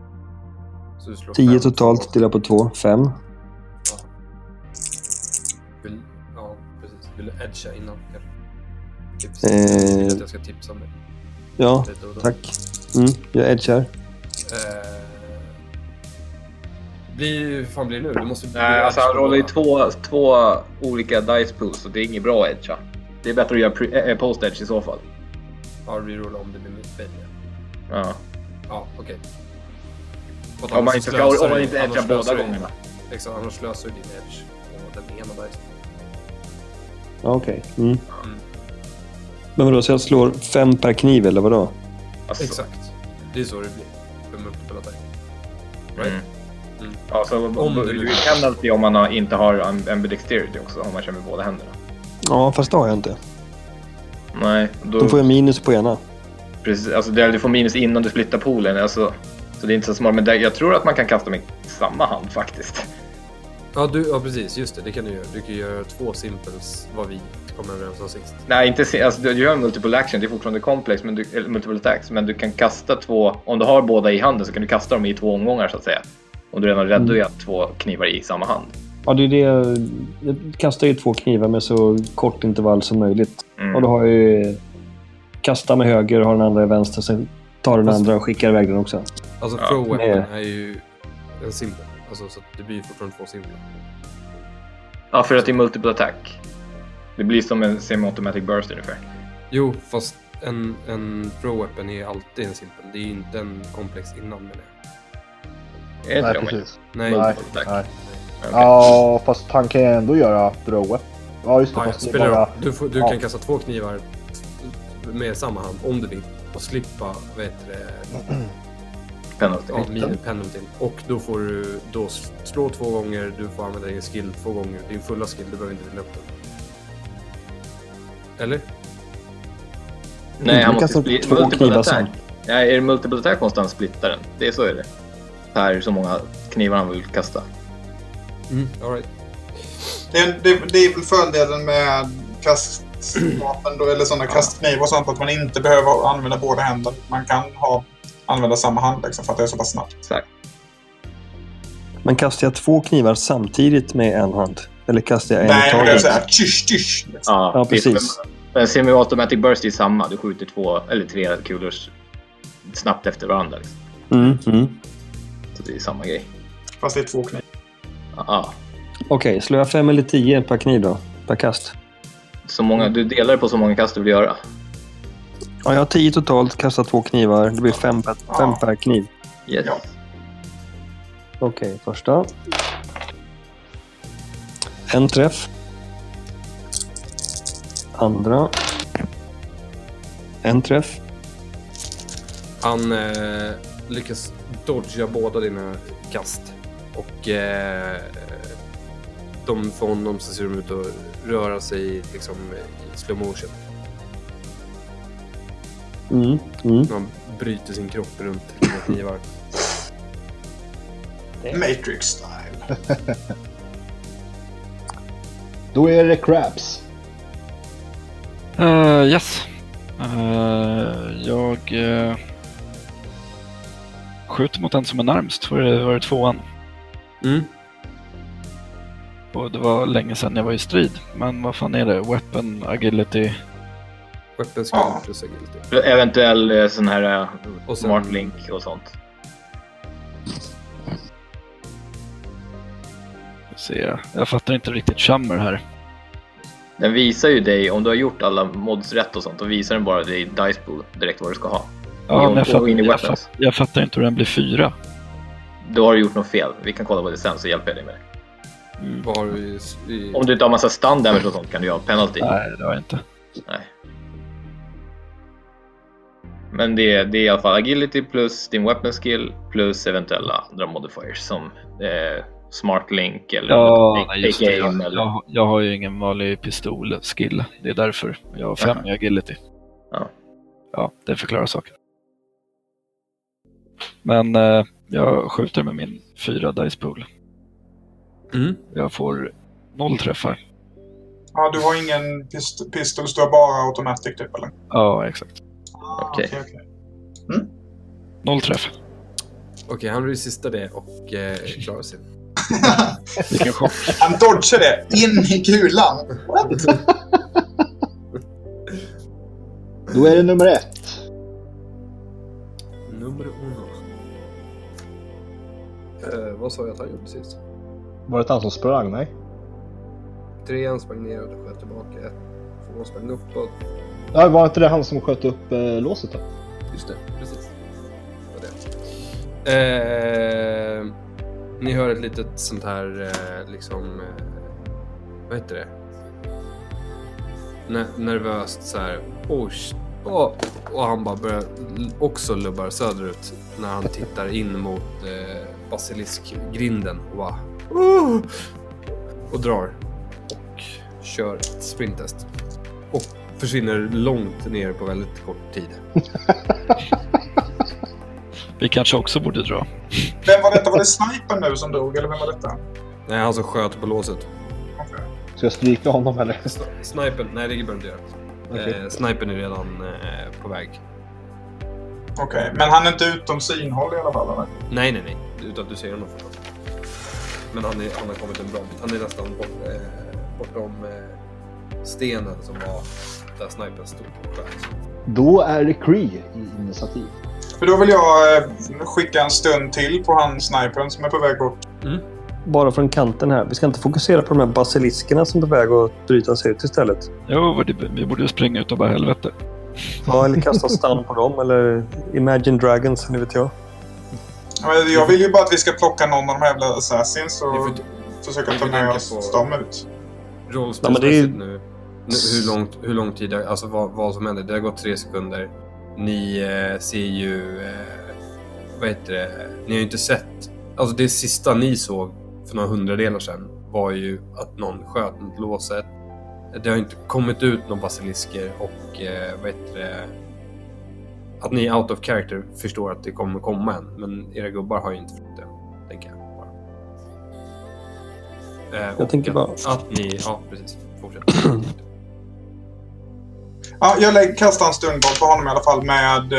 Speaker 7: 10 totalt delat på 2. 5.
Speaker 2: Ja, precis. Vill du edga innan kanske? Vill att jag ska tipsa om det?
Speaker 7: Ja, tack. Jag edgar.
Speaker 2: Hur fan blir det nu? Du måste
Speaker 5: alltså han rollar ju två olika dice pools, så det är inget bra edga. Det är bättre att göra post edge i så fall.
Speaker 2: Ja, rerolla om det blir mitt fail.
Speaker 5: Ja.
Speaker 2: Ja, okej.
Speaker 5: Om man inte edgar båda gångerna.
Speaker 2: Exakt, annars slösar du din edge på den ena dice.
Speaker 7: Okej. Men vadå, så jag slår 5 per kniv eller vadå?
Speaker 2: Alltså. Exakt. Det är så det blir. För multiple attack. Right?
Speaker 5: Ja, så du kan alltid om man inte har ambidexterity också, om man kör med båda händerna.
Speaker 7: Ja, fast det har jag inte.
Speaker 5: Nej.
Speaker 7: Då får jag minus på ena.
Speaker 5: Precis, alltså du får minus innan du splittar poolen. Alltså, så det är inte så smart. Men jag tror att man kan kasta med samma hand faktiskt.
Speaker 2: Ja, precis. Just det. Det kan du göra. Du kan göra 2 simples vad vi kommer överens om sist.
Speaker 5: Nej, inte alltså, du gör multiple action. Det är fortfarande komplex, men multiple attacks. Men du kan kasta 2. Om du har båda i handen så kan du kasta dem i 2 omgångar så att säga. Om du redan räddar ju 2 knivar i samma hand.
Speaker 7: Ja, det är det. Jag kastar ju 2 knivar med så kort intervall som möjligt. Och då har jag ju kastar med höger och har den andra i vänster. Sen tar den andra och skickar iväg den också.
Speaker 2: Alltså throw weapon är ju en simpel. Alltså så att det blir fortfarande 2 simpel.
Speaker 5: Ja, för att det är multiple attack. Det blir som en semi-automatic burst ungefär.
Speaker 2: Jo, fast en throw weapon är alltid en simpel. Det är ju inte en komplex innan med det.
Speaker 6: Nej, precis.
Speaker 2: Nej.
Speaker 6: Okay. Ja, fast han kan ju ändå göra throw weapon. Ja, just det.
Speaker 2: Ja,
Speaker 6: fast det bara...
Speaker 2: Du kan kasta 2 knivar med samma hand om du vill. Och slippa, penalty. Och då får du slå 2 gånger, du får använda din skill 2 gånger. Din fulla skill, du behöver inte vinna upp den. Eller?
Speaker 5: Nej, han måste
Speaker 7: kasta
Speaker 5: splitta.
Speaker 7: 2 knivar sen.
Speaker 5: Nej, är det multiple attack måste han splitta den. Det är så är det. Per så många knivar han vill kasta.
Speaker 2: All right.
Speaker 4: Det är väl fördelen med kastvapen då, eller sådana kastknivar och sånt, att man inte behöver använda båda händerna. Man kan använda samma hand liksom, för att det är så pass snabbt.
Speaker 5: Exakt.
Speaker 7: Men kastar jag 2 knivar samtidigt med en hand? Eller kastar jag en
Speaker 4: Nej, men det är
Speaker 7: taget?
Speaker 4: så här, tysch. Liksom.
Speaker 5: Ja,
Speaker 7: precis.
Speaker 5: En semi-automatic burst är samma. Du skjuter 2 eller 3 kulor snabbt efter varandra. Liksom. Så det är samma grej.
Speaker 4: Fast det är 2 kniv.
Speaker 5: Ja.
Speaker 7: Okej, slår jag 5 eller 10 per kniv då? Per kast?
Speaker 5: Så många, du delar på så många kast du vill göra.
Speaker 7: Ja, jag har 10 totalt, kastar 2 knivar. Det blir 5 per kniv.
Speaker 5: Yes.
Speaker 4: Ja.
Speaker 7: Okej, första. En träff. Andra. En träff.
Speaker 2: Han lyckas dodga båda dina kast. Och de för honom så ser de ut att röra sig liksom i slow motion. Han bryter sin kropp runt sina knivar.
Speaker 4: Matrix style.
Speaker 6: Då är det Crabs.
Speaker 3: Yes. Jag skjuter mot den som är närmst. Var det 2:an? Och det var länge sedan jag var i strid. Men vad fan är det? Weapon, agility?
Speaker 2: Weapon skill plus agility.
Speaker 5: Eventuell sån här
Speaker 2: Och sen-
Speaker 5: smart link och sånt.
Speaker 3: Jag fattar inte riktigt chammer här.
Speaker 5: Den visar ju dig, om du har gjort alla mods rätt och sånt, då visar den bara dig i Dice Pool direkt vad du ska ha.
Speaker 3: Ja, men
Speaker 5: in i weapons.
Speaker 3: jag fattar inte hur den blir 4.
Speaker 5: Då har du gjort något fel. Vi kan kolla på det sen så hjälper jag dig med det.
Speaker 2: Vad har du i...
Speaker 5: Om du inte har massa stun damage och sånt kan du göra penalty.
Speaker 3: Nej, det har jag inte.
Speaker 5: Nej. Men det är i alla fall agility plus din weapon skill plus eventuella andra modifiers som smart link eller
Speaker 3: just det.
Speaker 5: aim eller...
Speaker 3: Jag har ju ingen vanlig pistol-skill. Det är därför jag har 5 i agility. Ja, det förklarar saken. Men jag skjuter med min 4 dice pool. Jag får 0 träffar.
Speaker 4: Ja, du har ingen pistols, du har bara automatic typ, eller?
Speaker 3: Ja, exakt.
Speaker 5: Okej.
Speaker 3: 0 träff.
Speaker 2: Okej, han resistar det och klarar sig.
Speaker 3: Vilken chock.
Speaker 4: Han dodgar det in i kulan. What?
Speaker 6: Då är det nummer 1.
Speaker 2: Nummer 1. Vad sa jag att han gjorde sist?
Speaker 6: Var det han som sprang? Nej.
Speaker 2: 3 sprang neråt och sköt tillbaka. 2 sprang uppåt.
Speaker 6: Ja, var inte det han som sköt upp låset då?
Speaker 2: Just det, precis. Det var det. Ni hör ett litet sånt här liksom vad heter det? Nervöst så här. Och han bara börjar också lubbar söderut när han tittar in mot basiliskgrinden och bara och drar och kör ett sprinttest och försvinner långt ner på väldigt kort tid.
Speaker 3: Vi kanske också borde dra.
Speaker 4: Vem var detta? Var det snipern nu som dog, eller vem var detta?
Speaker 2: Nej, han som sköt på låset.
Speaker 4: Okay.
Speaker 6: Ska jag stryka honom eller?
Speaker 2: Snipern, nej det behöver inte göra.
Speaker 6: Okay.
Speaker 2: Snipern är redan på väg.
Speaker 4: Okej, men han är inte utom synhåll i alla fall, eller?
Speaker 2: Nej. Utan du ser honom förstås. Men han har kommit en bra bit. Han är nästan bortom stenen som var där snipern stod på plats.
Speaker 6: Då är det Cree i initiativ.
Speaker 4: För då vill jag skicka en stund till på han snipern som är på väg bort.
Speaker 7: Bara från kanten här. Vi ska inte fokusera på de här basiliskerna som är på väg att bryta sig ut istället.
Speaker 3: Jo, vi borde springa ut och bara helvete.
Speaker 7: Ja, eller kasta stun på dem. Eller Imagine Dragons, nu vet jag.
Speaker 4: Jag vill ju bara att vi ska plocka någon av de här jävla assassins och försöka ta med oss dem ut.
Speaker 2: Rollspelsmässigt nu. Hur lång tid, alltså vad som händer. Det har gått 3 sekunder. Ni ser ju, vad heter det? Ni har ju inte sett, alltså det sista ni såg för några 100 sedan var ju att någon sköt mot låset. Det har inte kommit ut någon basilisker och vad heter det? att ni out of character förstår att det kommer komma en. Men era gubbar har ju inte fått det, tänker jag bara.
Speaker 7: Jag tänker bara...
Speaker 2: Att ni... Ja, precis. Fortsätt.
Speaker 4: Ja, jag kastar en stundboll på honom i alla fall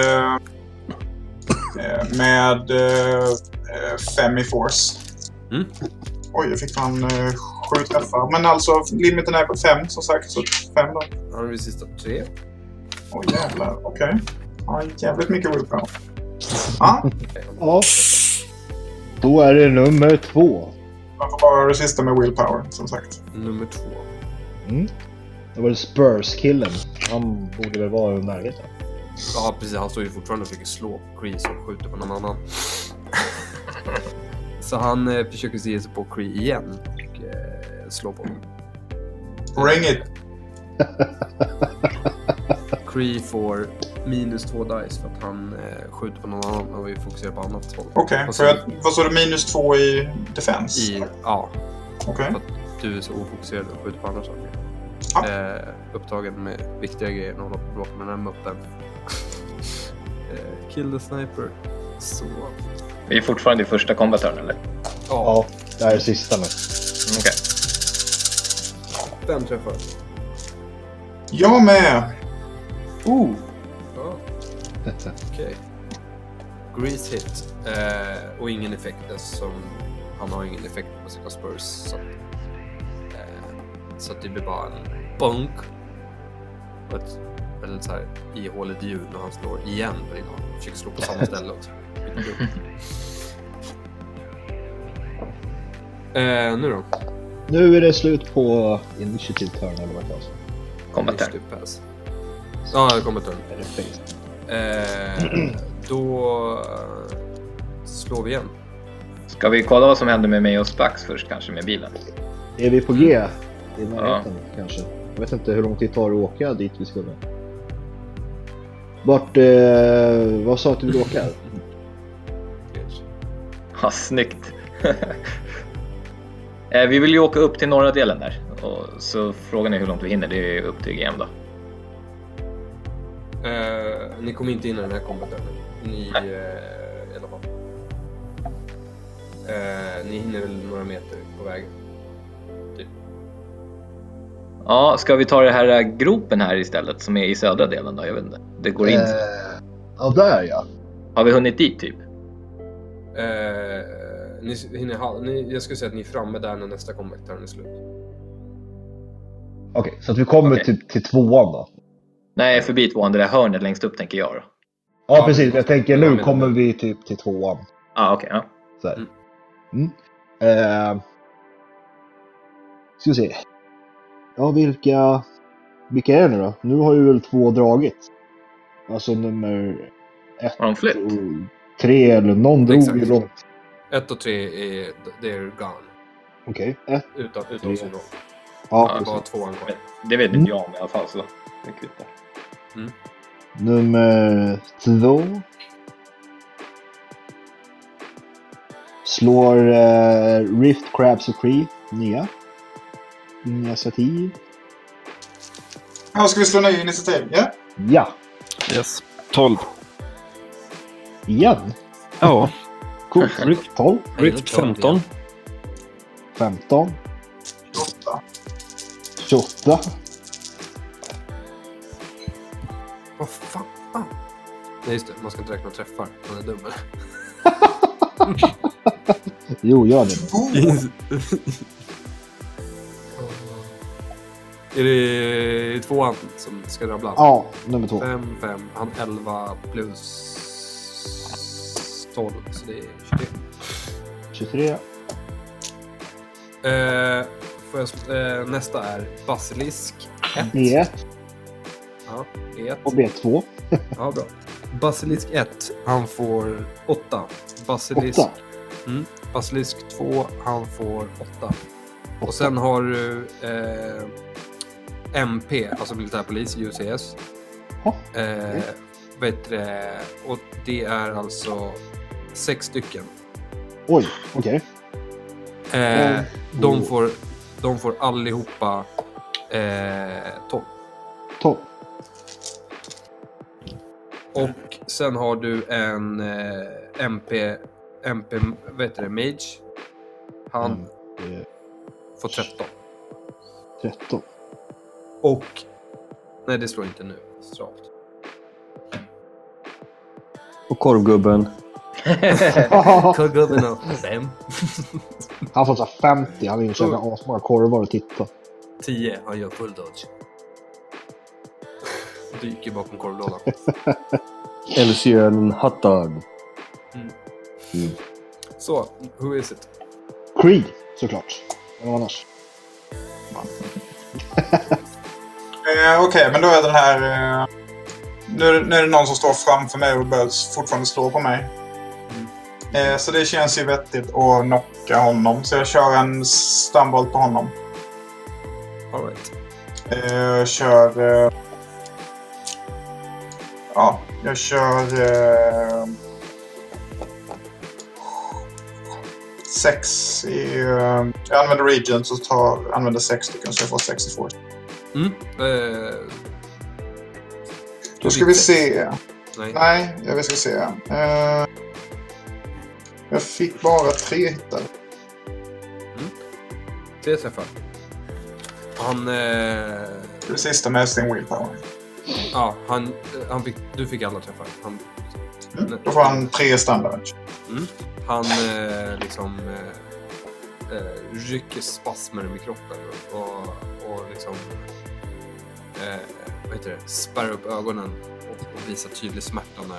Speaker 4: med 5 i force.
Speaker 2: Mm.
Speaker 4: Oj, jag fick fan 7 träffar. Men alltså, limiten är på 5 som sagt, så 5 då.
Speaker 2: Ja, det är sista 3.
Speaker 4: Oj, jävlar. Okej. Ja, jävligt mycket willpower. Ja.
Speaker 6: Ja. Då är det nummer 2.
Speaker 4: Man får bara resista med willpower, som sagt.
Speaker 2: Nummer 2.
Speaker 6: Mm. Det var det Spurs-killen. Han borde väl vara i närheten.
Speaker 2: Ja, precis. Han står ju fortfarande och försöker slå på Kree som skjuter på någon annan. Så han försöker se sig på Kree igen och slå på honom.
Speaker 4: Bring it!
Speaker 2: Kree får -2 dice för att han skjuter på någon annan och vi fokuserar på annat håll.
Speaker 4: Okej, vad sa du, -2 i defense?
Speaker 2: Ja,
Speaker 4: Okej.
Speaker 2: för att du är så ofokuserad och skjuter på andra saker.
Speaker 4: Ja.
Speaker 2: Upptagen med viktiga grejer när håller på med den här muppen. Kill the sniper. Så.
Speaker 5: Vi är fortfarande i första combat-turn, eller?
Speaker 6: Ja, det här är sista nu.
Speaker 5: Okej.
Speaker 2: 5 träffar.
Speaker 4: Jag med!
Speaker 2: Ja. Okej. Grease hit. Och ingen effekt eftersom han har ingen effekt på sina spurs. Så att det blir bara en bunk. Och ett väldigt så här ihåligt ljud när han slår igen på din hand. Försöker slå på samma ställe också. Nu då?
Speaker 6: Nu är det slut på initiative turn eller vad det kallas.
Speaker 5: Combat-turn.
Speaker 2: Ja, det kommer turn.
Speaker 6: Är det face?
Speaker 2: Då slår vi igen.
Speaker 5: Ska vi kolla vad som händer med mig och Spax först, kanske med bilen?
Speaker 6: Är vi på G? I närheten kanske? Jag vet inte hur lång tid tar det att åka dit vi skulle. Vart, vad sa du åka?
Speaker 5: Ja, snyggt. Vi vill ju åka upp till norra delen där. Och så frågan är hur långt vi hinner. Det är upp till GM då.
Speaker 2: Ni kommer inte in i den här kombaten. Ni i alla fall. Ni hinner väl några meter på vägen. Typ.
Speaker 5: Ja, ska vi ta det här gropen här istället som är i södra delen då? Jag vet inte. Det går in.
Speaker 6: Ja, där ja.
Speaker 5: Har vi hunnit dit typ?
Speaker 2: Ni hinner jag skulle säga att ni är framme där när nästa kombaten är slut.
Speaker 6: Okej, så att vi kommer typ till 2:an då?
Speaker 5: Nej, förbi 2:an, det där hörnet längst upp tänker jag då.
Speaker 6: Ja, precis. Jag tänker nu kommer vi typ till 2:an.
Speaker 5: Okej. Ja.
Speaker 6: Så här. Ska vi se. Ja, vilka är det nu då? Nu har ju väl 2 dragit. Alltså nummer 1
Speaker 5: Har de flytt?
Speaker 6: och 3 eller någon drog ju långt.
Speaker 2: 1 och 3 är gone.
Speaker 6: Okej, 1.
Speaker 2: Utan sin roll.
Speaker 6: Ja,
Speaker 2: Det var
Speaker 6: precis.
Speaker 2: 2 kvar.
Speaker 5: Det vet inte jag om i alla fall, så det kvittar.
Speaker 6: Nummer 2. Slår Rift, Crabs och Kree. Nya. Initiativ.
Speaker 4: Ja, ska vi slå nya initiativ? Ja?
Speaker 6: Ja.
Speaker 3: Yes. 12.
Speaker 6: Igen.
Speaker 3: Ja.
Speaker 6: Coolt. Rift 12.
Speaker 7: Rift 15.
Speaker 6: 15.
Speaker 4: 28.
Speaker 6: 28.
Speaker 2: Vad fan? Nej, just det. Man ska inte räkna träffar. Man är dum.
Speaker 6: Jo, gör det.
Speaker 2: Är det 2:an som ska rabbla?
Speaker 6: Ja, nummer 2.
Speaker 2: 5. Han 11 plus 12. Så det är 23.
Speaker 6: 23.
Speaker 2: Nästa är Basilisk 1.
Speaker 6: B1
Speaker 2: Ja, E1.
Speaker 6: och B2.
Speaker 2: Ja, bra. Basilisk 1, han får 8. Basilisk
Speaker 6: 8.
Speaker 2: Basilisk 2, han får 8. Och sen har du MP, alltså militärpolis, UCS. Och det är alltså 6 stycken.
Speaker 6: Oj, okej.
Speaker 2: De får allihopa 12.
Speaker 6: 12.
Speaker 2: Och sen har du en MP vad heter det, Mage. Han får 13.
Speaker 6: 13.
Speaker 2: Och nej, det slår inte nu. Stralt.
Speaker 7: Och korvgubben.
Speaker 2: Korvgubben har 5.
Speaker 6: Han får så 50. Han vill käka asmånga korvar och titta.
Speaker 2: 10. Han gör full dodge. Dyker bakom korvlådan.
Speaker 7: Eller så gör en hotdog.
Speaker 2: Så, who is it?
Speaker 6: Creed, såklart. Vad annars?
Speaker 4: Okej, men då är den här... Nu är det någon som står framför mig och börjar fortfarande slå på mig. Så det känns ju vettigt att knocka honom. Så jag kör en stumbolt på honom.
Speaker 2: All right.
Speaker 4: Jag kör... jag kör... 6 i... jag använder Regent så använder 6 stycken så jag får 6 i force. Då ska vi se. Nej, jag ska se. Jag fick bara 3 hittar.
Speaker 2: 3 träffar. Han...
Speaker 4: Det sista med sin willpower.
Speaker 2: Ja, du fick alla träffar.
Speaker 4: Då får han 3 standard.
Speaker 2: Han liksom rycker spasmer med kroppen och liksom vad heter det? Spärrar upp ögonen och visar tydlig smärta när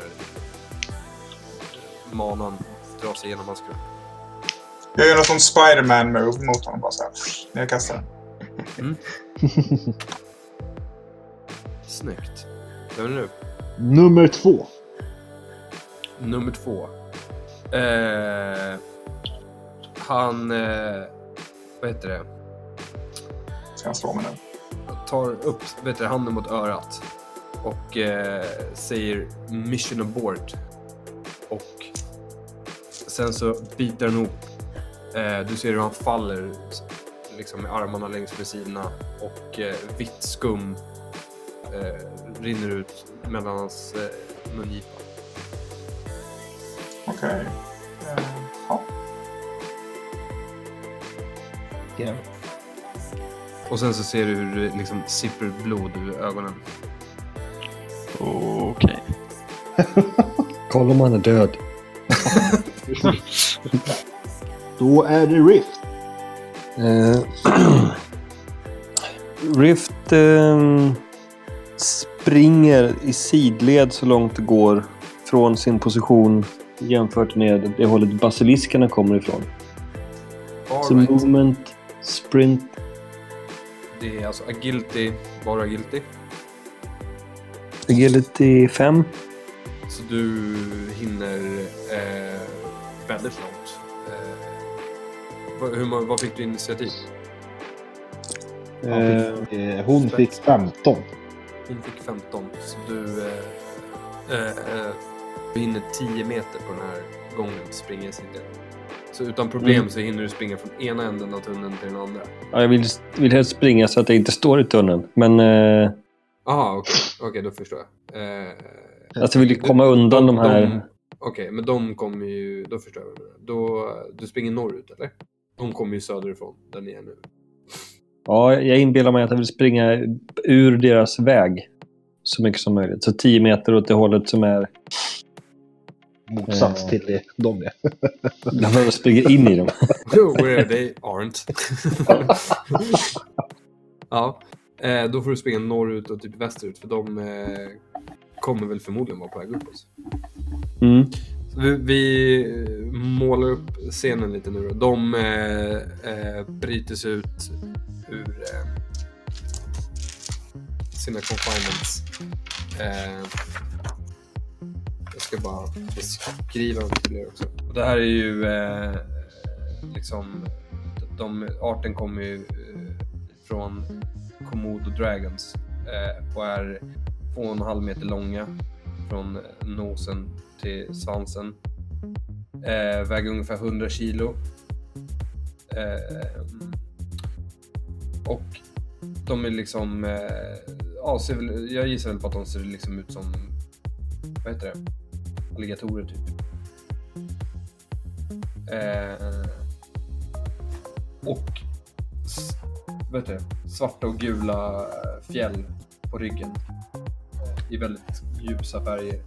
Speaker 2: manan drar sig genom hans kropp.
Speaker 4: Jag gör något som Spider-Man-move mot honom bara så här. När jag kastar den.
Speaker 2: Snyggt. Vem är det nu?
Speaker 6: Nummer 2.
Speaker 2: Nummer 2. Han... vad heter det?
Speaker 4: Ska han slå mig nu?
Speaker 2: Tar upp handen mot örat och säger mission abort. Och sen så biter han ihop. Du ser hur han faller liksom med armarna längs med sidorna och vitt skum rinner ut mellan hans mungipa.
Speaker 4: Okej. Ja.
Speaker 6: Yeah.
Speaker 2: Och sen så ser du hur det liksom sipprar blod ur ögonen.
Speaker 3: Okej.
Speaker 7: Kolla om han är död.
Speaker 6: Då är det Rift.
Speaker 7: Rift springer i sidled så långt det går från sin position jämfört med det hållet basiliskerna kommer ifrån. Så
Speaker 2: right.
Speaker 7: movement, sprint.
Speaker 2: Det är alltså agility, bara agility.
Speaker 7: Agility 5.
Speaker 2: Så du hinner väldigt långt. Vad fick du initiativ?
Speaker 6: Hon fick 15.
Speaker 2: Hon fick 15. Så du hinner 10 meter på den här gången springa i sin del. Så utan problem så hinner du springa från ena änden av tunneln till den andra.
Speaker 7: Ja, jag vill helst springa så att jag inte står i tunneln. Men...
Speaker 2: Okej, då förstår jag.
Speaker 7: Alltså jag vill komma undan de här...
Speaker 2: Okej, men de kommer ju... Då förstår jag. Du springer norrut, eller? De kommer ju söderifrån, där ni är nu.
Speaker 7: Ja, jag inbillar mig att jag vill springa ur deras väg så mycket som möjligt. Så 10 meter åt det hållet som är...
Speaker 6: Motsats till det de är.
Speaker 7: Jag behöver springa in i dem.
Speaker 2: Where they aren't. Ja, då får du springa norrut och typ västerut. För de kommer väl förmodligen vara på väg upp oss. Vi målar upp scenen lite nu då. De bryter sig ut ur sina confinements. Jag ska bara beskriva dem till er också. Och det här är ju liksom arten kommer ju från Komodo Dragons och är 2,5 meter långa från nosen till svansen. Väger ungefär 100 kilo. Och de är liksom jag gissar väl på att de ser liksom ut som vad heter det? Alligatorer typ. Och vad heter det? Svarta och gula fjäll på ryggen. I väldigt ljusa färger.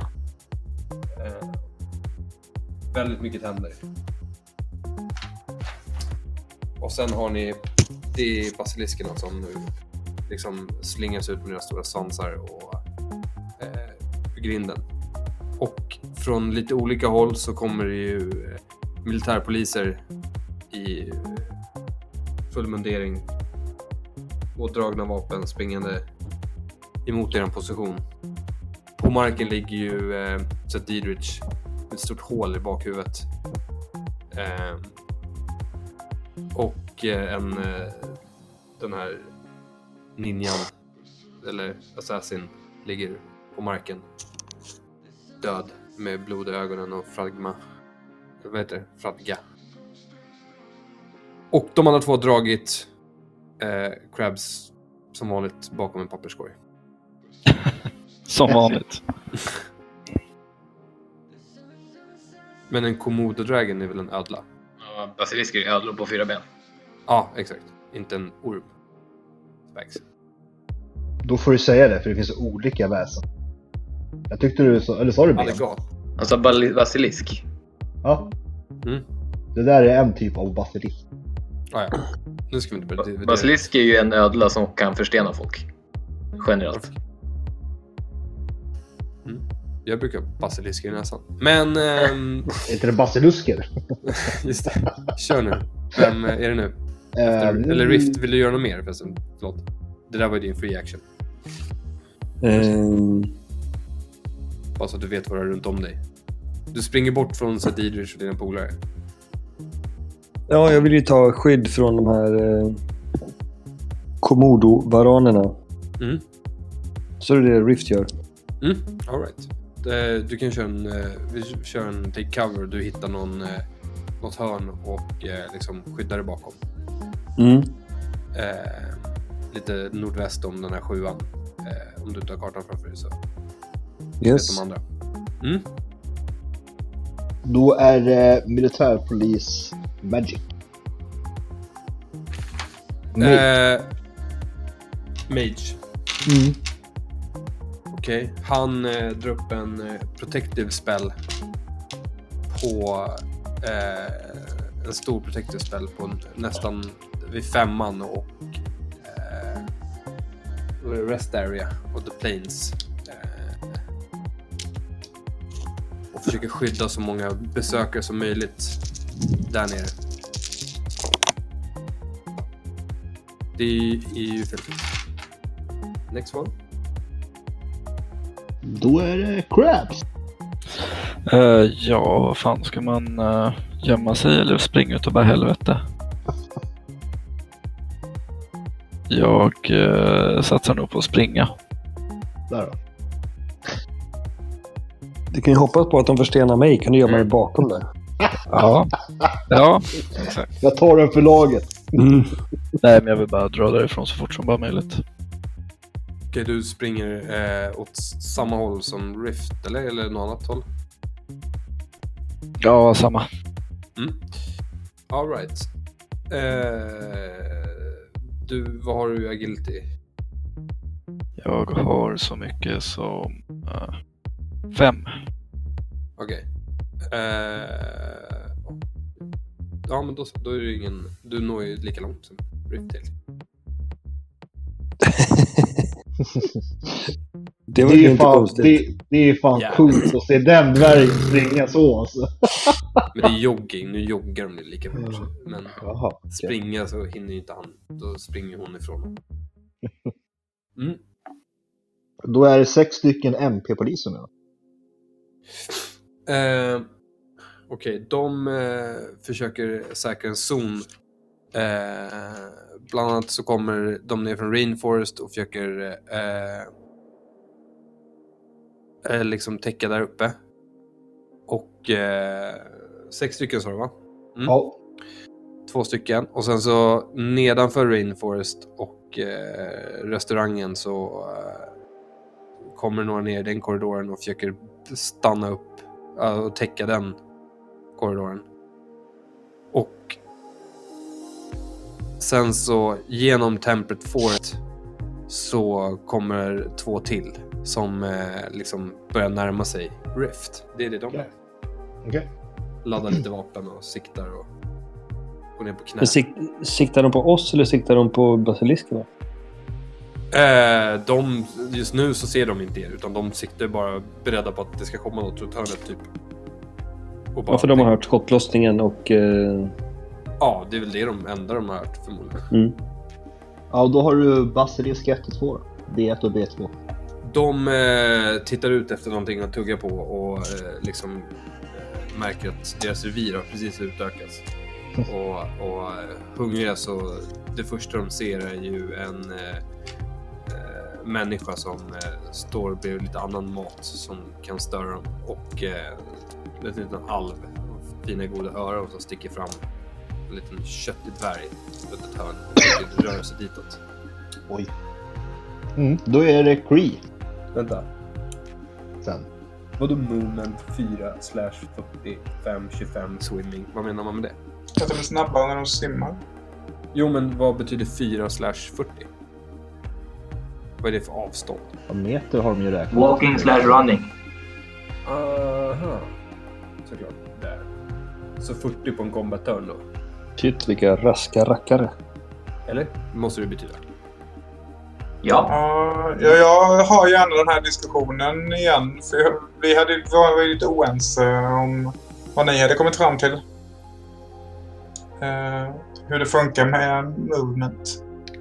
Speaker 2: Väldigt mycket tänder. Och sen har ni, det är basiliskerna som nu liksom slingas ut med deras stora svansar och grinden. Och från lite olika håll så kommer det ju militärpoliser i full mundering och dragna vapen springande emot er position. På marken ligger ju Seth Diedrich med ett stort hål i bakhuvudet. Och den här ninjan eller assassin ligger på marken död med blod i ögonen och fradga. Och de andra två har dragit Krabs som vanligt bakom en papperskorg.
Speaker 3: Som vanligt.
Speaker 2: Men en Komodo Dragon är väl en ödla?
Speaker 5: Ja, basilisker är ödlor på 4 ben.
Speaker 2: Ja, exakt. Inte en orm. Spax.
Speaker 6: Då får du säga det, för det finns olika väsen. Jag tyckte du sa, eller sa du ben?
Speaker 2: Alligat.
Speaker 5: Alltså basilisk.
Speaker 6: Ja.
Speaker 2: Mm.
Speaker 6: Det där är en typ av basilisk.
Speaker 2: Ja. Nu ska vi inte börja.
Speaker 5: Basilisk är ju en ödla som kan förstena folk. Generellt.
Speaker 2: Jag brukar basilisk i näsan. Men...
Speaker 6: Är inte det basilusker?
Speaker 2: Just det. Kör nu. Vem är det nu? Eller Rift, vill du göra något mer? Förlåt. Det där var din free action. Bara så att du vet vad det är runt om dig. Du springer bort från Seth Diedrich och dina polare.
Speaker 7: Ja, jag vill ju ta skydd från de här Komodo-varanerna.
Speaker 2: Mm.
Speaker 7: Så är det Rift gör.
Speaker 2: All right. Du kan köra en take cover. Du hittar något hörn och liksom skyddar dig bakom. Lite nordväst om den här 7:an. Om du tar kartan framför dig så
Speaker 7: Yes.
Speaker 2: de andra.
Speaker 6: Då är det militärpolis Magic.
Speaker 2: Mage. Okej. Han drar upp en protective spell på en stor protective spell på nästan vid 5:an och rest area och the plains. Och försöker skydda så många besökare som möjligt där nere. Det är ju fel. Next one.
Speaker 6: Då är det Krabs.
Speaker 3: Ja, vad fan ska man gömma sig eller springa ut och bara helvete? Jag satsar nog på att springa.
Speaker 6: Där då.
Speaker 7: Du kan ju hoppas på att de förstenar mig. Kan du gömma dig bakom där?
Speaker 3: Ja, exakt.
Speaker 6: Jag tar den för laget.
Speaker 3: Nej, men jag vill bara dra därifrån så fort som bara möjligt.
Speaker 2: Okej, du springer åt samma håll som Rift, eller något annat håll?
Speaker 3: Ja, samma.
Speaker 2: All right. Vad har du i agility?
Speaker 3: Jag har så mycket som 5.
Speaker 2: Okej. Ja, men då är det ingen... Du når ju lika långt som Rift till.
Speaker 7: Det var ju inte konstigt.
Speaker 6: Det är fan coolt att se den dvärgen springa så alltså.
Speaker 2: Men det är jogging, nu joggar de lika mycket. Men
Speaker 6: Jaha,
Speaker 2: springa så hinner ju inte han. Då springer hon ifrån honom.
Speaker 6: Då är det 6 stycken MP-poliser nu.
Speaker 2: Okej, de försöker säkra en zon. Bland annat så kommer de ner från Rainforest och försöker liksom täcka där uppe. Och 6 stycken sa du, va?
Speaker 6: Ja.
Speaker 2: 2 stycken. Och sen så nedanför Rainforest och restaurangen så kommer några ner i den korridoren och försöker stanna upp och täcka den korridoren. Och sen så genom Temperate Forest så kommer 2 till som liksom börjar närma sig Rift. Det är det de är.
Speaker 6: Okej.
Speaker 2: Laddar lite vapen och siktar och går ner på knä.
Speaker 7: Siktar de på oss eller siktar de på basiliskerna?
Speaker 2: Just nu så ser de inte er, utan de siktar bara beredda på att det ska komma något runt hörnet typ. Och
Speaker 7: Ja, för de har hört skottlossningen och...
Speaker 2: Ja, det är väl det enda de har hört förmodligen.
Speaker 6: Ja, och då har du basilisk 1 och 2. B1 och B2.
Speaker 2: De tittar ut efter någonting att tugga på och liksom märker att deras revir har precis utökats. Och hungriga, så det första de ser är ju en människa som står bredvid lite annan mat som kan störa dem. Och en liten alv och fina goda öron som sticker fram. En liten köttig dvärg runt ett hörn och rör sig ditåt.
Speaker 6: Oj. Då är det Cree.
Speaker 2: Vänta.
Speaker 6: Sen.
Speaker 2: Vadå movement 4/45 swimming? Vad menar man med det?
Speaker 4: Att de är snabbare när de simmar.
Speaker 2: Jo, men vad betyder 4/40? Vad är det för avstånd?
Speaker 6: Vad meter har de ju räknat?
Speaker 5: Walking/running.
Speaker 2: Aha. Såklart. Där. Så 40 på en combat turn då?
Speaker 7: Shit, vilka raska rackare.
Speaker 2: Eller? Måste det betyda?
Speaker 5: Ja.
Speaker 4: Jag har gärna den här diskussionen igen. För vi var lite oense om vad ni hade kommit fram till. Hur det funkar med movement.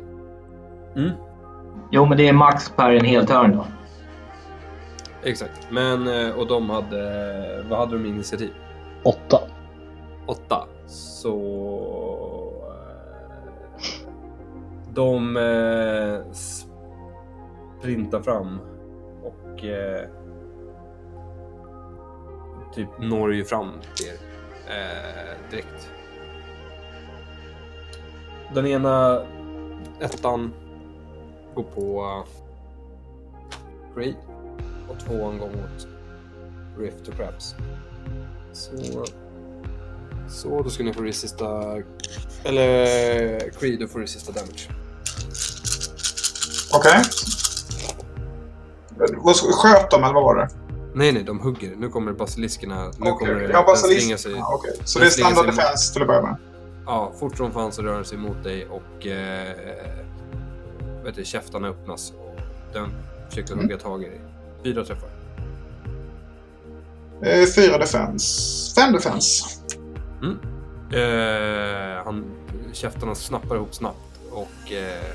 Speaker 5: Jo, men det är max per en hel turn då.
Speaker 2: Exakt. Men, och de hade... Vad hade de initiativ?
Speaker 6: 8.
Speaker 2: 8. Så... De sprintar fram och typ når ju fram till er direkt. Den ena ettan går på Cree och 2an går mot Rift och Crabs. Så då ska ni få det sista, eller Cree, då får det sista damage.
Speaker 4: Okej. Sköt de eller vad var det?
Speaker 2: Nej, de hugger. Nu kommer basiliskerna. Nu kommer
Speaker 4: ja, basilisk.
Speaker 2: sig.
Speaker 4: Okej. Så det är standard defense till att börja med?
Speaker 2: Ja, fort som fan så rör den sig mot dig och käftarna öppnas och den försöker hugga tag i dig. 4 träffar.
Speaker 4: 4 defense. 5 defense.
Speaker 2: Käftarna snappar ihop snabbt och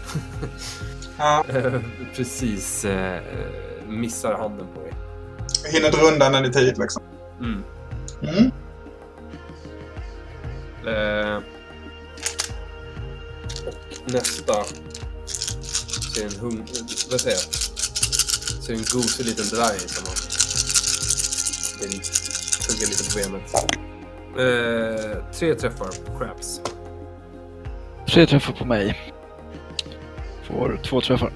Speaker 2: precis missar handen på dig.
Speaker 4: Hinner drunda den i tid liksom.
Speaker 2: Och nästa ser en ser en gosig liten dvärg som man tuggar lite på benet. 3 träffar på Crabs.
Speaker 3: 3 träffar på mig. Får 2 träffar.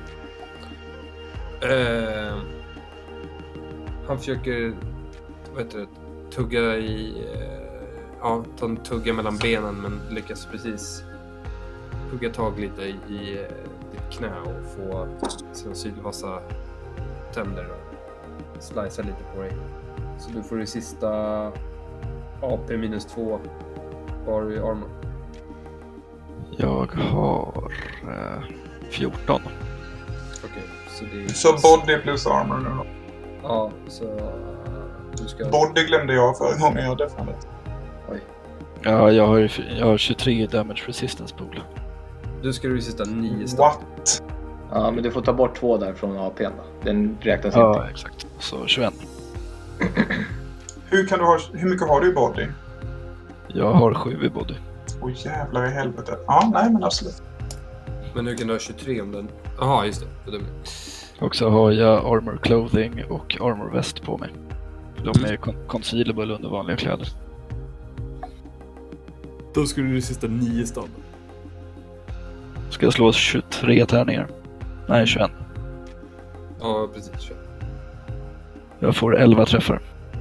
Speaker 2: Han försöker tugga i ta en tugga mellan benen, men lyckas precis hugga tag lite i ditt knä och få sina sylvassa tänder och slicea lite på dig. Så du får det sista AP minus 2. Vad har du i armor?
Speaker 3: Jag har 14.
Speaker 2: Okej, så det är...
Speaker 4: Så body plus armor nu då?
Speaker 2: Ja, så du ska...
Speaker 4: Body glömde jag förra gången jag definitivt.
Speaker 2: Oj.
Speaker 3: Ja, jag har 23 damage resistance pool.
Speaker 2: Du ska resista 9 stad.
Speaker 4: What?
Speaker 5: Ja, men du får ta bort 2 där från AP:n då. Den räknas
Speaker 3: Ja,
Speaker 5: inte.
Speaker 3: exakt. Så 21.
Speaker 4: Hur mycket har du i body?
Speaker 3: Jag har 7 i body.
Speaker 4: Jävlar i helvete. Ja, nej men absolut.
Speaker 2: Men hur kan du ha 23 om den? Jaha, just det.
Speaker 3: Och så har jag armor clothing och armor vest på mig. De är concealable under vanliga kläder.
Speaker 2: Då skulle du sista 9 stad.
Speaker 3: Ska jag slå 23 tärningar? Nej, 21.
Speaker 2: Ja, precis.
Speaker 3: Jag får 11 träffar.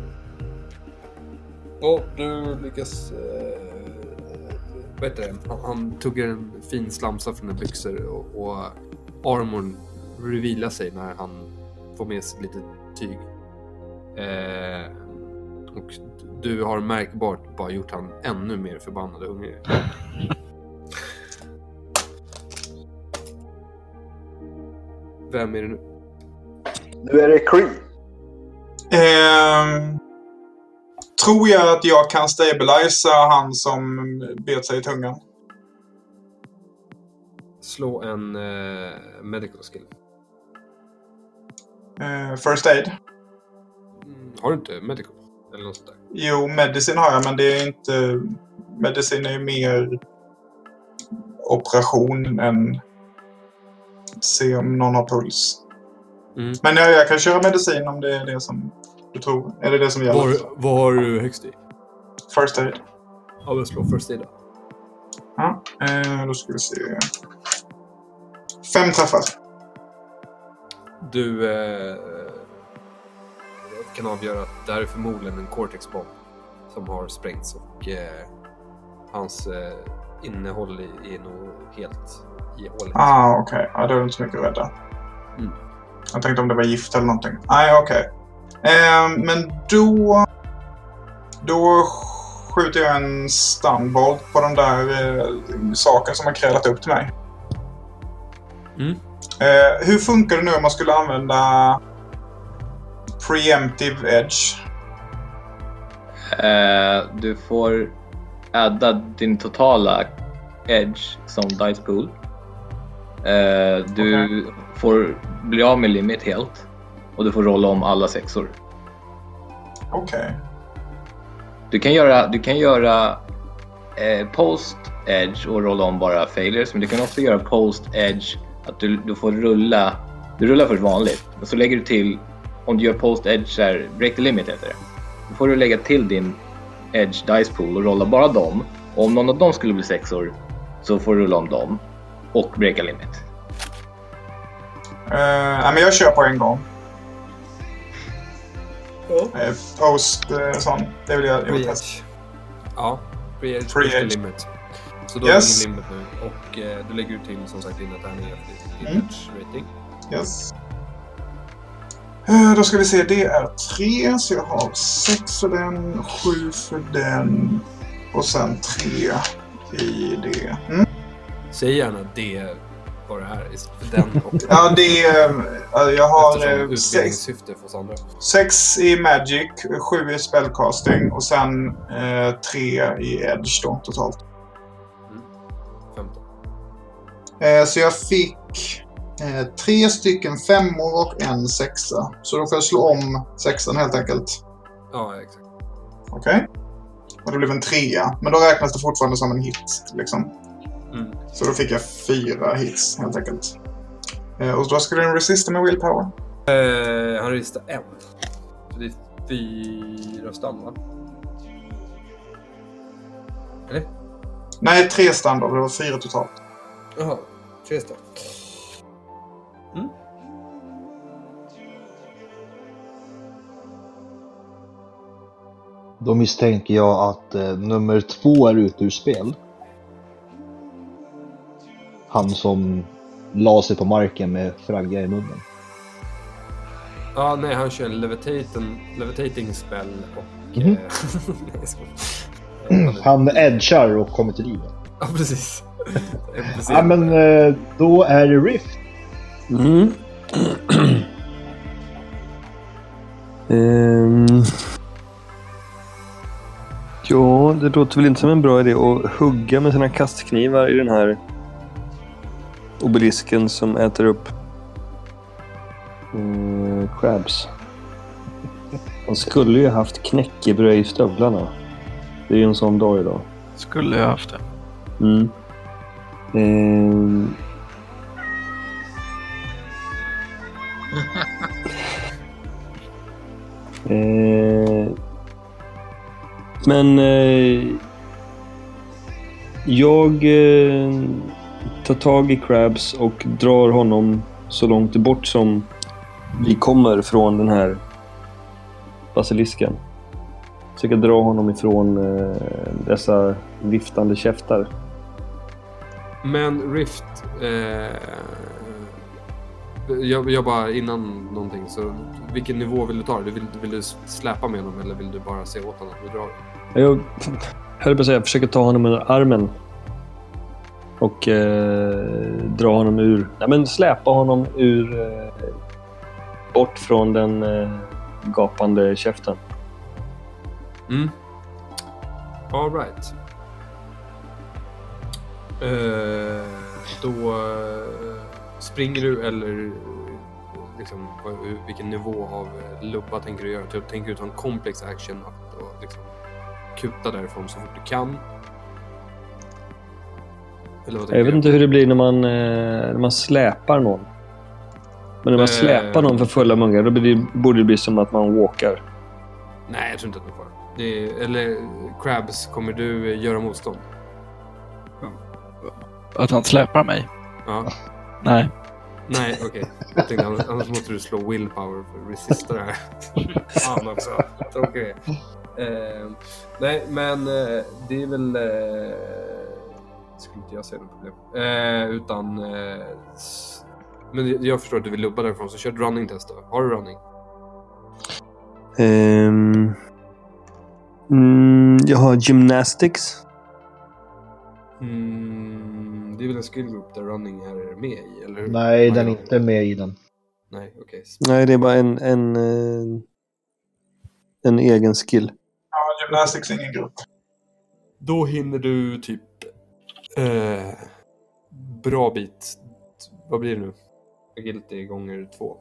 Speaker 2: Och du lyckas... vad heter det? Han tuggar en fin slamsa från en byxor och armorn revealar sig när han får med sig lite tyg. Och du har märkbart bara gjort han ännu mer förbannad och hungrig. Vem är det nu?
Speaker 6: Nu är det Cree.
Speaker 4: Tror jag att jag kan stabilisera han som bet sig i tungan?
Speaker 2: Slå en medical skill.
Speaker 4: First aid.
Speaker 2: Har du inte medical? Eller något sånt där?
Speaker 4: Jo, medicin har jag, men det är inte... Medicin är ju mer operation än se om någon har puls. Men jag kan köra medicin om det är det som du tror. Är det det som gäller?
Speaker 2: Vad har du högst i?
Speaker 4: First aid.
Speaker 2: Ja, vi slår first aid då.
Speaker 4: Ja, då ska vi se. 5 träffar.
Speaker 2: Du kan avgöra att det här är förmodligen en cortex-bomb som har sprängts och hans innehåll är nog helt ihåligt.
Speaker 4: Okej. Ja, då är det inte så mycket rädda. Jag tänkte om det var gift eller någonting. Nej, okej. Men då skjuter jag en stunbolt på den där saken som har krälat upp till mig. Hur funkar det nu om man skulle använda preemptive edge?
Speaker 5: Du får adda din totala edge som dice pool. Du får bli av med limit helt. Och du får rolla om alla sexor.
Speaker 4: Okej.
Speaker 5: Du kan göra post edge och rolla om bara failures. Men du kan också göra post edge att du får rulla. Du rullar först vanligt. Och så lägger du till, om du gör post edge så här, break the limit heter det. Då får du lägga till din edge dice pool och rolla bara dem. Och om någon av dem skulle bli sexor så får du rulla om dem och breaka limit.
Speaker 4: Men jag kör på en gång. Post sån. Det vill jag testa.
Speaker 2: Ja, pre-edge limit. Så då är det ingen limit nu. Och du lägger till som sagt dina tärningar för din edge rating.
Speaker 4: Yes. Då ska vi se, det är 3, så jag har 6 för den, 7 för den och sen 3 i det.
Speaker 2: Säg gärna det vad det är för den och
Speaker 4: ja, det är... jag har 6 i magic, 7 i spellcasting och sen 3 i edge då totalt.
Speaker 2: 15.
Speaker 4: Så jag fick 3 stycken 5-or och en 6a. Så då får jag slå om 6an helt enkelt.
Speaker 2: Ja, exakt.
Speaker 4: Okej. Och det blev en 3. Men då räknas det fortfarande som en hit liksom. Så då fick jag 4 hits helt enkelt. Och då skulle den resista med willpower.
Speaker 2: Han resistar 1. Så det är 4 standard. Eller?
Speaker 4: Nej, 3 standard. Det var 4 totalt.
Speaker 2: Jaha, 3 standard.
Speaker 6: Då misstänker jag att nummer 2 är ute ur spel. Han som la sig på marken med fragga i munnen.
Speaker 2: Ja, nej, han kör en levitating spell och...
Speaker 6: han edgar och kommer till livet.
Speaker 2: Ja, precis.
Speaker 6: Ja, men då är det Rift.
Speaker 7: Ja, det låter väl inte som en bra idé att hugga med sina kastknivar i den här obelisken som äter upp crabs. Han skulle ju haft knäckebröd i stövlarna. Det är ju en sån dag idag.
Speaker 3: Skulle jag haft det.
Speaker 7: Men jag tar tag i Krabs och drar honom så långt bort som vi kommer från den här basilisken. Försöka dra honom ifrån dessa viftande käftar.
Speaker 2: Men Rift... Jag bara innan någonting, så vilken nivå vill du ta? Vill du släpa med honom eller vill du bara se åt honom att du drar?
Speaker 7: Jag höll på att säga, jag försöker ta honom under armen och dra honom ur... Nej, men släpa honom ur... bort från den gapande käften.
Speaker 2: All right. Då springer du eller liksom, vilken nivå av lubba tänker du göra? Tänker du ta en komplex action och liksom kuta därifrån så fort du kan? Eller vad
Speaker 7: jag vet inte hur det blir när man släpar någon. Men när man släpar någon för fulla mungar, då borde det bli som att man walkar.
Speaker 2: Nej, jag tror inte att det får. Eller Krabs, kommer du göra motstånd?
Speaker 3: Att han släpar mig?
Speaker 2: Ja.
Speaker 3: Nej.
Speaker 2: Nej, okej. Jag tänkte annars måste du slå willpower för att resista det här. Fan också. Tråkigt. Nej, men det är väl... skulle inte jag säga något problem. Men jag förstår att du vill lubba därifrån, så kör ett running test då. Har du running?
Speaker 7: Jag har gymnastics.
Speaker 2: Det är väl en skill group där running är med i, eller hur?
Speaker 6: Nej, den är inte med i den.
Speaker 2: Nej, okej.
Speaker 7: Nej, det är bara en egen skill.
Speaker 4: Ja, gymnastics är ingen grupp.
Speaker 2: Då hinner du typ bra bit. Vad blir det nu? Agility gånger 2.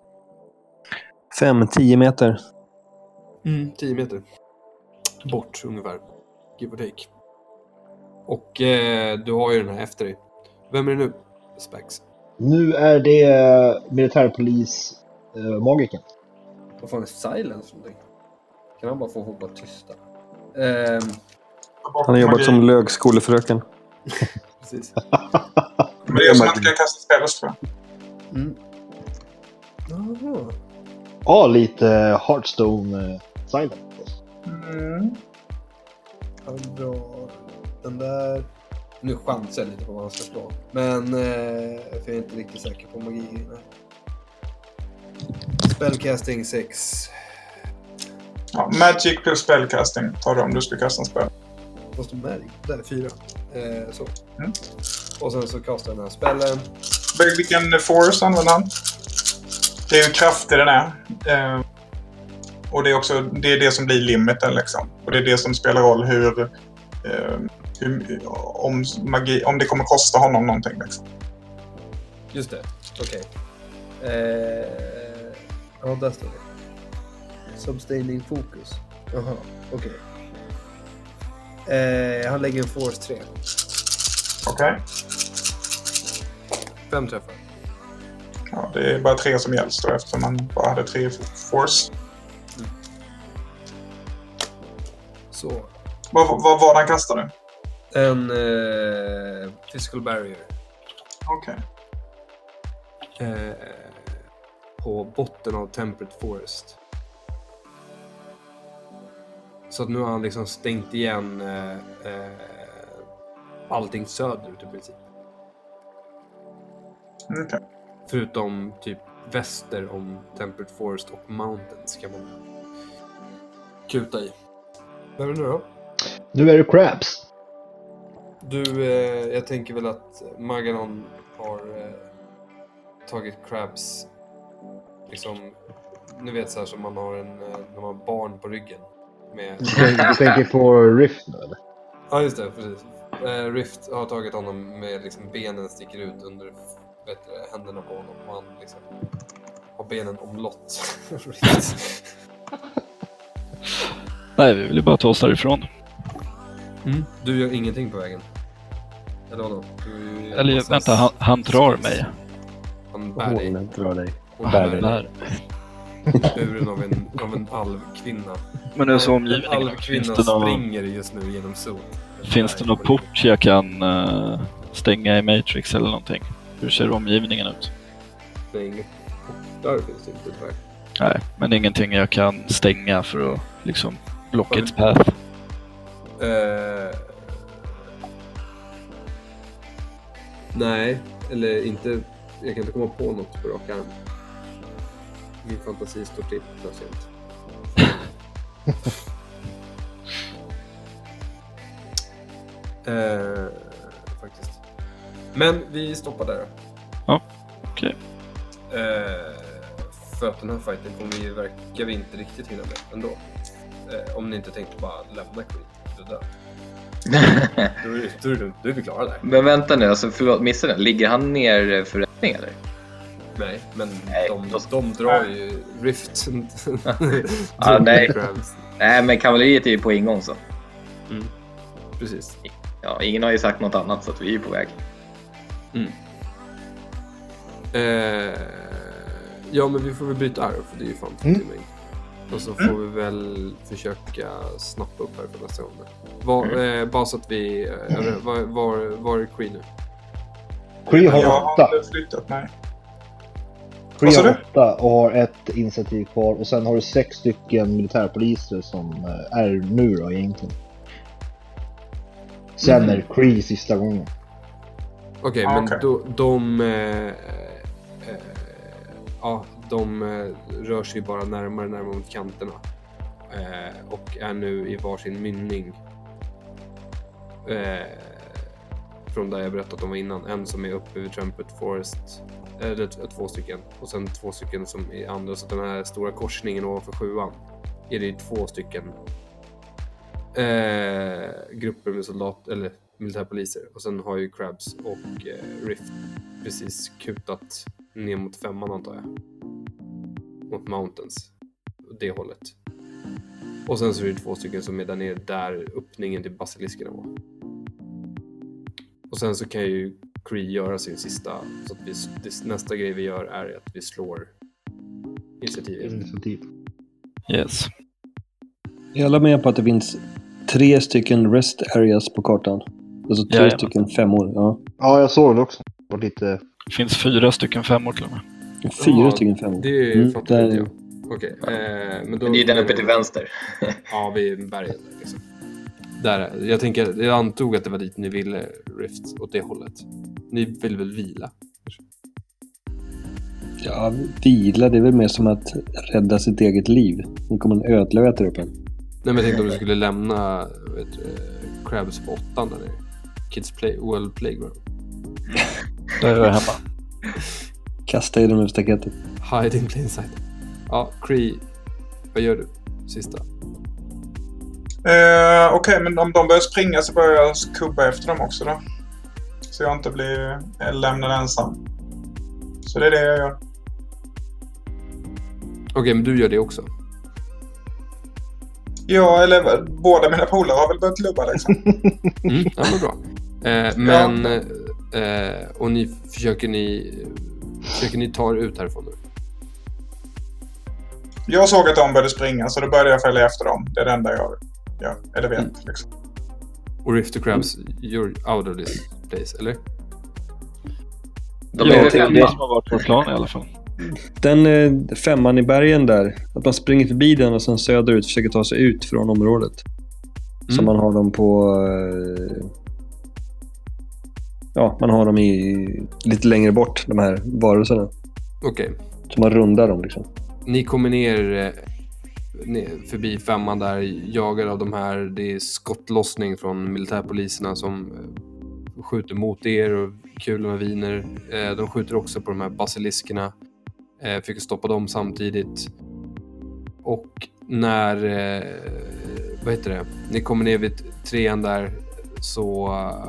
Speaker 7: 10 meter.
Speaker 2: 10 meter. Bort ungefär. Give or take. Och du har ju den här efter dig. Vem är det nu? Spax.
Speaker 6: Nu är det militärpolis magiken.
Speaker 2: Vad fan är silence för någonting? Kan han bara få vara tysta?
Speaker 7: Han har jobbat som lögskolefröken.
Speaker 2: Precis.
Speaker 4: Men det är som att man kan kasta spelers, tror jag.
Speaker 6: Ja, lite Hearthstone silent.
Speaker 2: Han drar den där. Nu chansar jag lite på vad han ska slå. Men för jag är inte riktigt säker på magi. Nej. Spellcasting 6.
Speaker 4: Ja, magic plus spellcasting tar du om du ska kasta en spel.
Speaker 2: Vad står med? Där, 4. Så. Och sen så kastar den här spellen.
Speaker 4: Vilken force använder han? Det är ju kraftig den är. Och det är också det som blir limiten liksom. Och det är det som spelar roll om det kommer kosta honom någonting liksom.
Speaker 2: Just det, okej. Ja, där står det. Sustaining focus. Jaha, okej. Han lägger en force 3.
Speaker 4: Okej.
Speaker 2: 5 träffar.
Speaker 4: Ja, det är bara 3 som gälls då, eftersom man bara hade 3 force.
Speaker 2: Så.
Speaker 4: Vad var han kastade?
Speaker 2: En physical barrier.
Speaker 4: Okej.
Speaker 2: På botten av Temperate Forest. Så att nu har han liksom stängt igen allting söderut i princip.
Speaker 4: Okay.
Speaker 2: Förutom typ väster om Temperate Forest och Mountains kan man kuta i. Vem är det nu då?
Speaker 6: Nu är det Krabs.
Speaker 2: Du, jag tänker väl att Maganon har tagit Krabs liksom, ni vet så här som man har när man har barn på ryggen. Med...
Speaker 6: Du tänker på Rift nu eller?
Speaker 2: Ja, just det, precis. Rift har tagit honom med liksom benen sticker ut under händerna på honom och han liksom har benen omlott.
Speaker 3: Nej, vi vill ju bara ta oss därifrån.
Speaker 2: Du gör ingenting på vägen? Eller vadå?
Speaker 3: Eller vänta, han drar mig.
Speaker 2: Han bär dig.
Speaker 7: Hon drar dig.
Speaker 2: Hon
Speaker 7: bär
Speaker 2: bär
Speaker 7: dig.
Speaker 2: Buren av en alvkvinna.
Speaker 3: Men det är så
Speaker 2: En
Speaker 3: omgivningen.
Speaker 2: alvkvinna springer just nu genom zon.
Speaker 3: Finns det någon port jag kan stänga i Matrix eller någonting? Hur ser omgivningen ut?
Speaker 2: Det är inget portar finns det inte tyvärr.
Speaker 3: Nej, men ingenting jag kan stänga för att liksom block its path.
Speaker 2: Nej, eller inte. Jag kan inte komma på något på rak arm. Min fantasi står till plötsligt. Faktiskt. Men vi stoppar där.
Speaker 3: Ja, okej.
Speaker 2: För att den här fighten verkar vi inte riktigt hinna med ändå. Om ni inte tänkte bara lämna Queen. Då är vi klara där.
Speaker 5: Men vänta nu, alltså förlåt, missade den. Ligger han ner för rättning eller?
Speaker 2: Nej, men de drar ju Rift.
Speaker 5: Nej. Nej, men kavalleriet är ju på ingång så.
Speaker 2: Precis.
Speaker 5: Ja, ingen har ju sagt något annat så att vi är ju på väg.
Speaker 2: Ja, men vi får väl byta arv för det är ju fan till mig. Och så får vi väl försöka snappa upp här för nästa gång. Bara så att vi... Var är Cree nu?
Speaker 6: Cree har
Speaker 4: Jag
Speaker 6: 8.
Speaker 4: har inte flyttat mig.
Speaker 6: Cree har 8 och har ett initiativ kvar. Och sen har du 6 stycken militärpoliser som är nu då egentligen. Sen är Cree sista gången.
Speaker 2: Okej, men de rör sig bara närmare mot kanterna. Och är nu i varsin mynning. Från där jag berättat om innan. En som är uppe vid Trumpet Forest. Eller 2 stycken. Och sen 2 stycken som är andra. Så den här stora korsningen ovanför 7:an är det 2 stycken grupper med soldat eller militärpoliser. Och sen har ju Crabs och Rift precis kutat ner mot 5:an antar jag. Mot Mountains. Det hållet. Och sen så är det 2 stycken som är där nere där öppningen till basiliskerna var. Och sen så kan ju Cree göra sin sista. Så att nästa grej vi gör är att vi slår initiativ.
Speaker 3: Yes.
Speaker 7: Jag håller med på att det finns 3 stycken rest areas på kartan. Alltså 3 stycken 5-or.
Speaker 6: Ja, jag såg det också. Och lite...
Speaker 3: Det finns 4 stycken 5-or till och med.
Speaker 7: 4 stycken 5-or.
Speaker 2: Det fattar inte jag. Okej. Men
Speaker 5: det är den uppe till vänster.
Speaker 2: Ja, vid bergen där liksom. Där, jag antog att det var dit ni ville Rift åt det hållet. Ni vill väl vila?
Speaker 7: Ja, vila, det är väl mer som att rädda sitt eget liv. Nu kommer en ödla och äter upp en.
Speaker 2: Nej, men jag tänkte om du skulle lämna Crabs på 8 där nere. Kids World Playground.
Speaker 3: Där är jag hemma.
Speaker 7: Kasta i dem ur staketet.
Speaker 2: Hide in plain sight. Ja, Cree, vad gör du? Sista.
Speaker 4: Okej, men om de börjar springa så börjar jag kubba efter dem också då. Så jag inte blir lämnad ensam. Så det är det jag gör.
Speaker 2: Okej, men du gör det också?
Speaker 4: Ja, eller båda mina polare har väl börjat klubba liksom.
Speaker 2: Ja, men bra. Och försöker ni ta er ut härifrån nu?
Speaker 4: Jag såg att de började springa så då började jag följa efter dem. Det är det enda jag gör, eller vet liksom.
Speaker 2: Och Rift och Crabs, you're out of this place, eller?
Speaker 3: Det är det som har varit vår plan i alla fall.
Speaker 7: Den 5:an i bergen där, att man springer förbi den och sen söderut försöker ta sig ut från området. Så man har dem på... Ja, man har dem lite längre bort, de här varelserna.
Speaker 2: Okej.
Speaker 7: Så man rundar dem liksom.
Speaker 2: Ni kommer ner förbi 5:an där, jagar av de här. Det är skottlossning från militärpoliserna som skjuter mot er och kulorna viner. De skjuter också på de här basiliskerna. Fick stoppa dem samtidigt. Och när ni kommer ner vid 3:an där så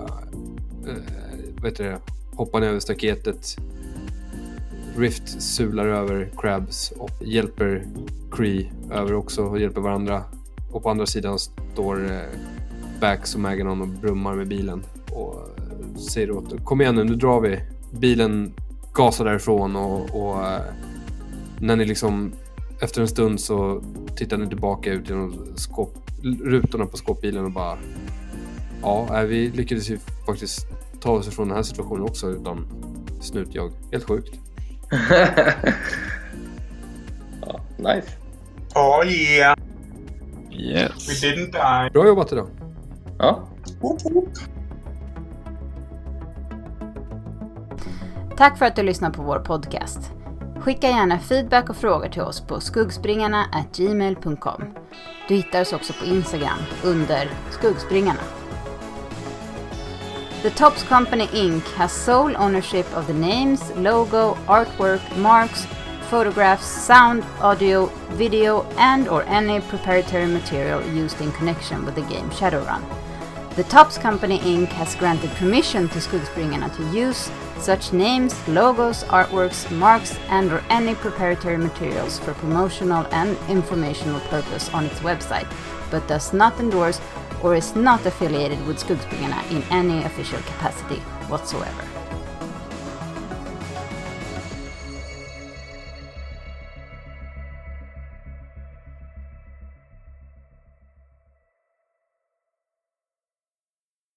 Speaker 2: hoppar ni över staketet. Rift sular över Crabs och hjälper Cree över också och hjälper varandra. Och på andra sidan står Bax och Maganon och brummar med bilen och säger åt: kom igen nu drar vi. Bilen gasar därifrån och när ni liksom efter en stund så tittar ni tillbaka ut genom rutorna på skåpbilen och bara vi lyckades ju faktiskt ta oss ifrån den här situationen också utan snutjag. Helt sjukt.
Speaker 5: Ja. Nice.
Speaker 4: Oh yeah.
Speaker 3: Yes.
Speaker 4: We didn't die.
Speaker 2: Bra jobbat idag.
Speaker 5: Ja.
Speaker 4: Woop, woop.
Speaker 8: Tack för att du lyssnar på vår podcast. Skicka gärna feedback och frågor till oss på skuggspringarna@gmail.com. Du hittar oss också på Instagram under Skuggspringarna. The Topps Company Inc. has sole ownership of the names, logo, artwork, marks, photographs, sound, audio, video, and or any proprietary material used in connection with the game Shadowrun. The Topps Company Inc. has granted permission to Skuggspringarna to use such names, logos, artworks, marks, and or any proprietary materials for promotional and informational purpose on its website, but does not endorse or is not affiliated with Skuggspringarna in any official capacity whatsoever.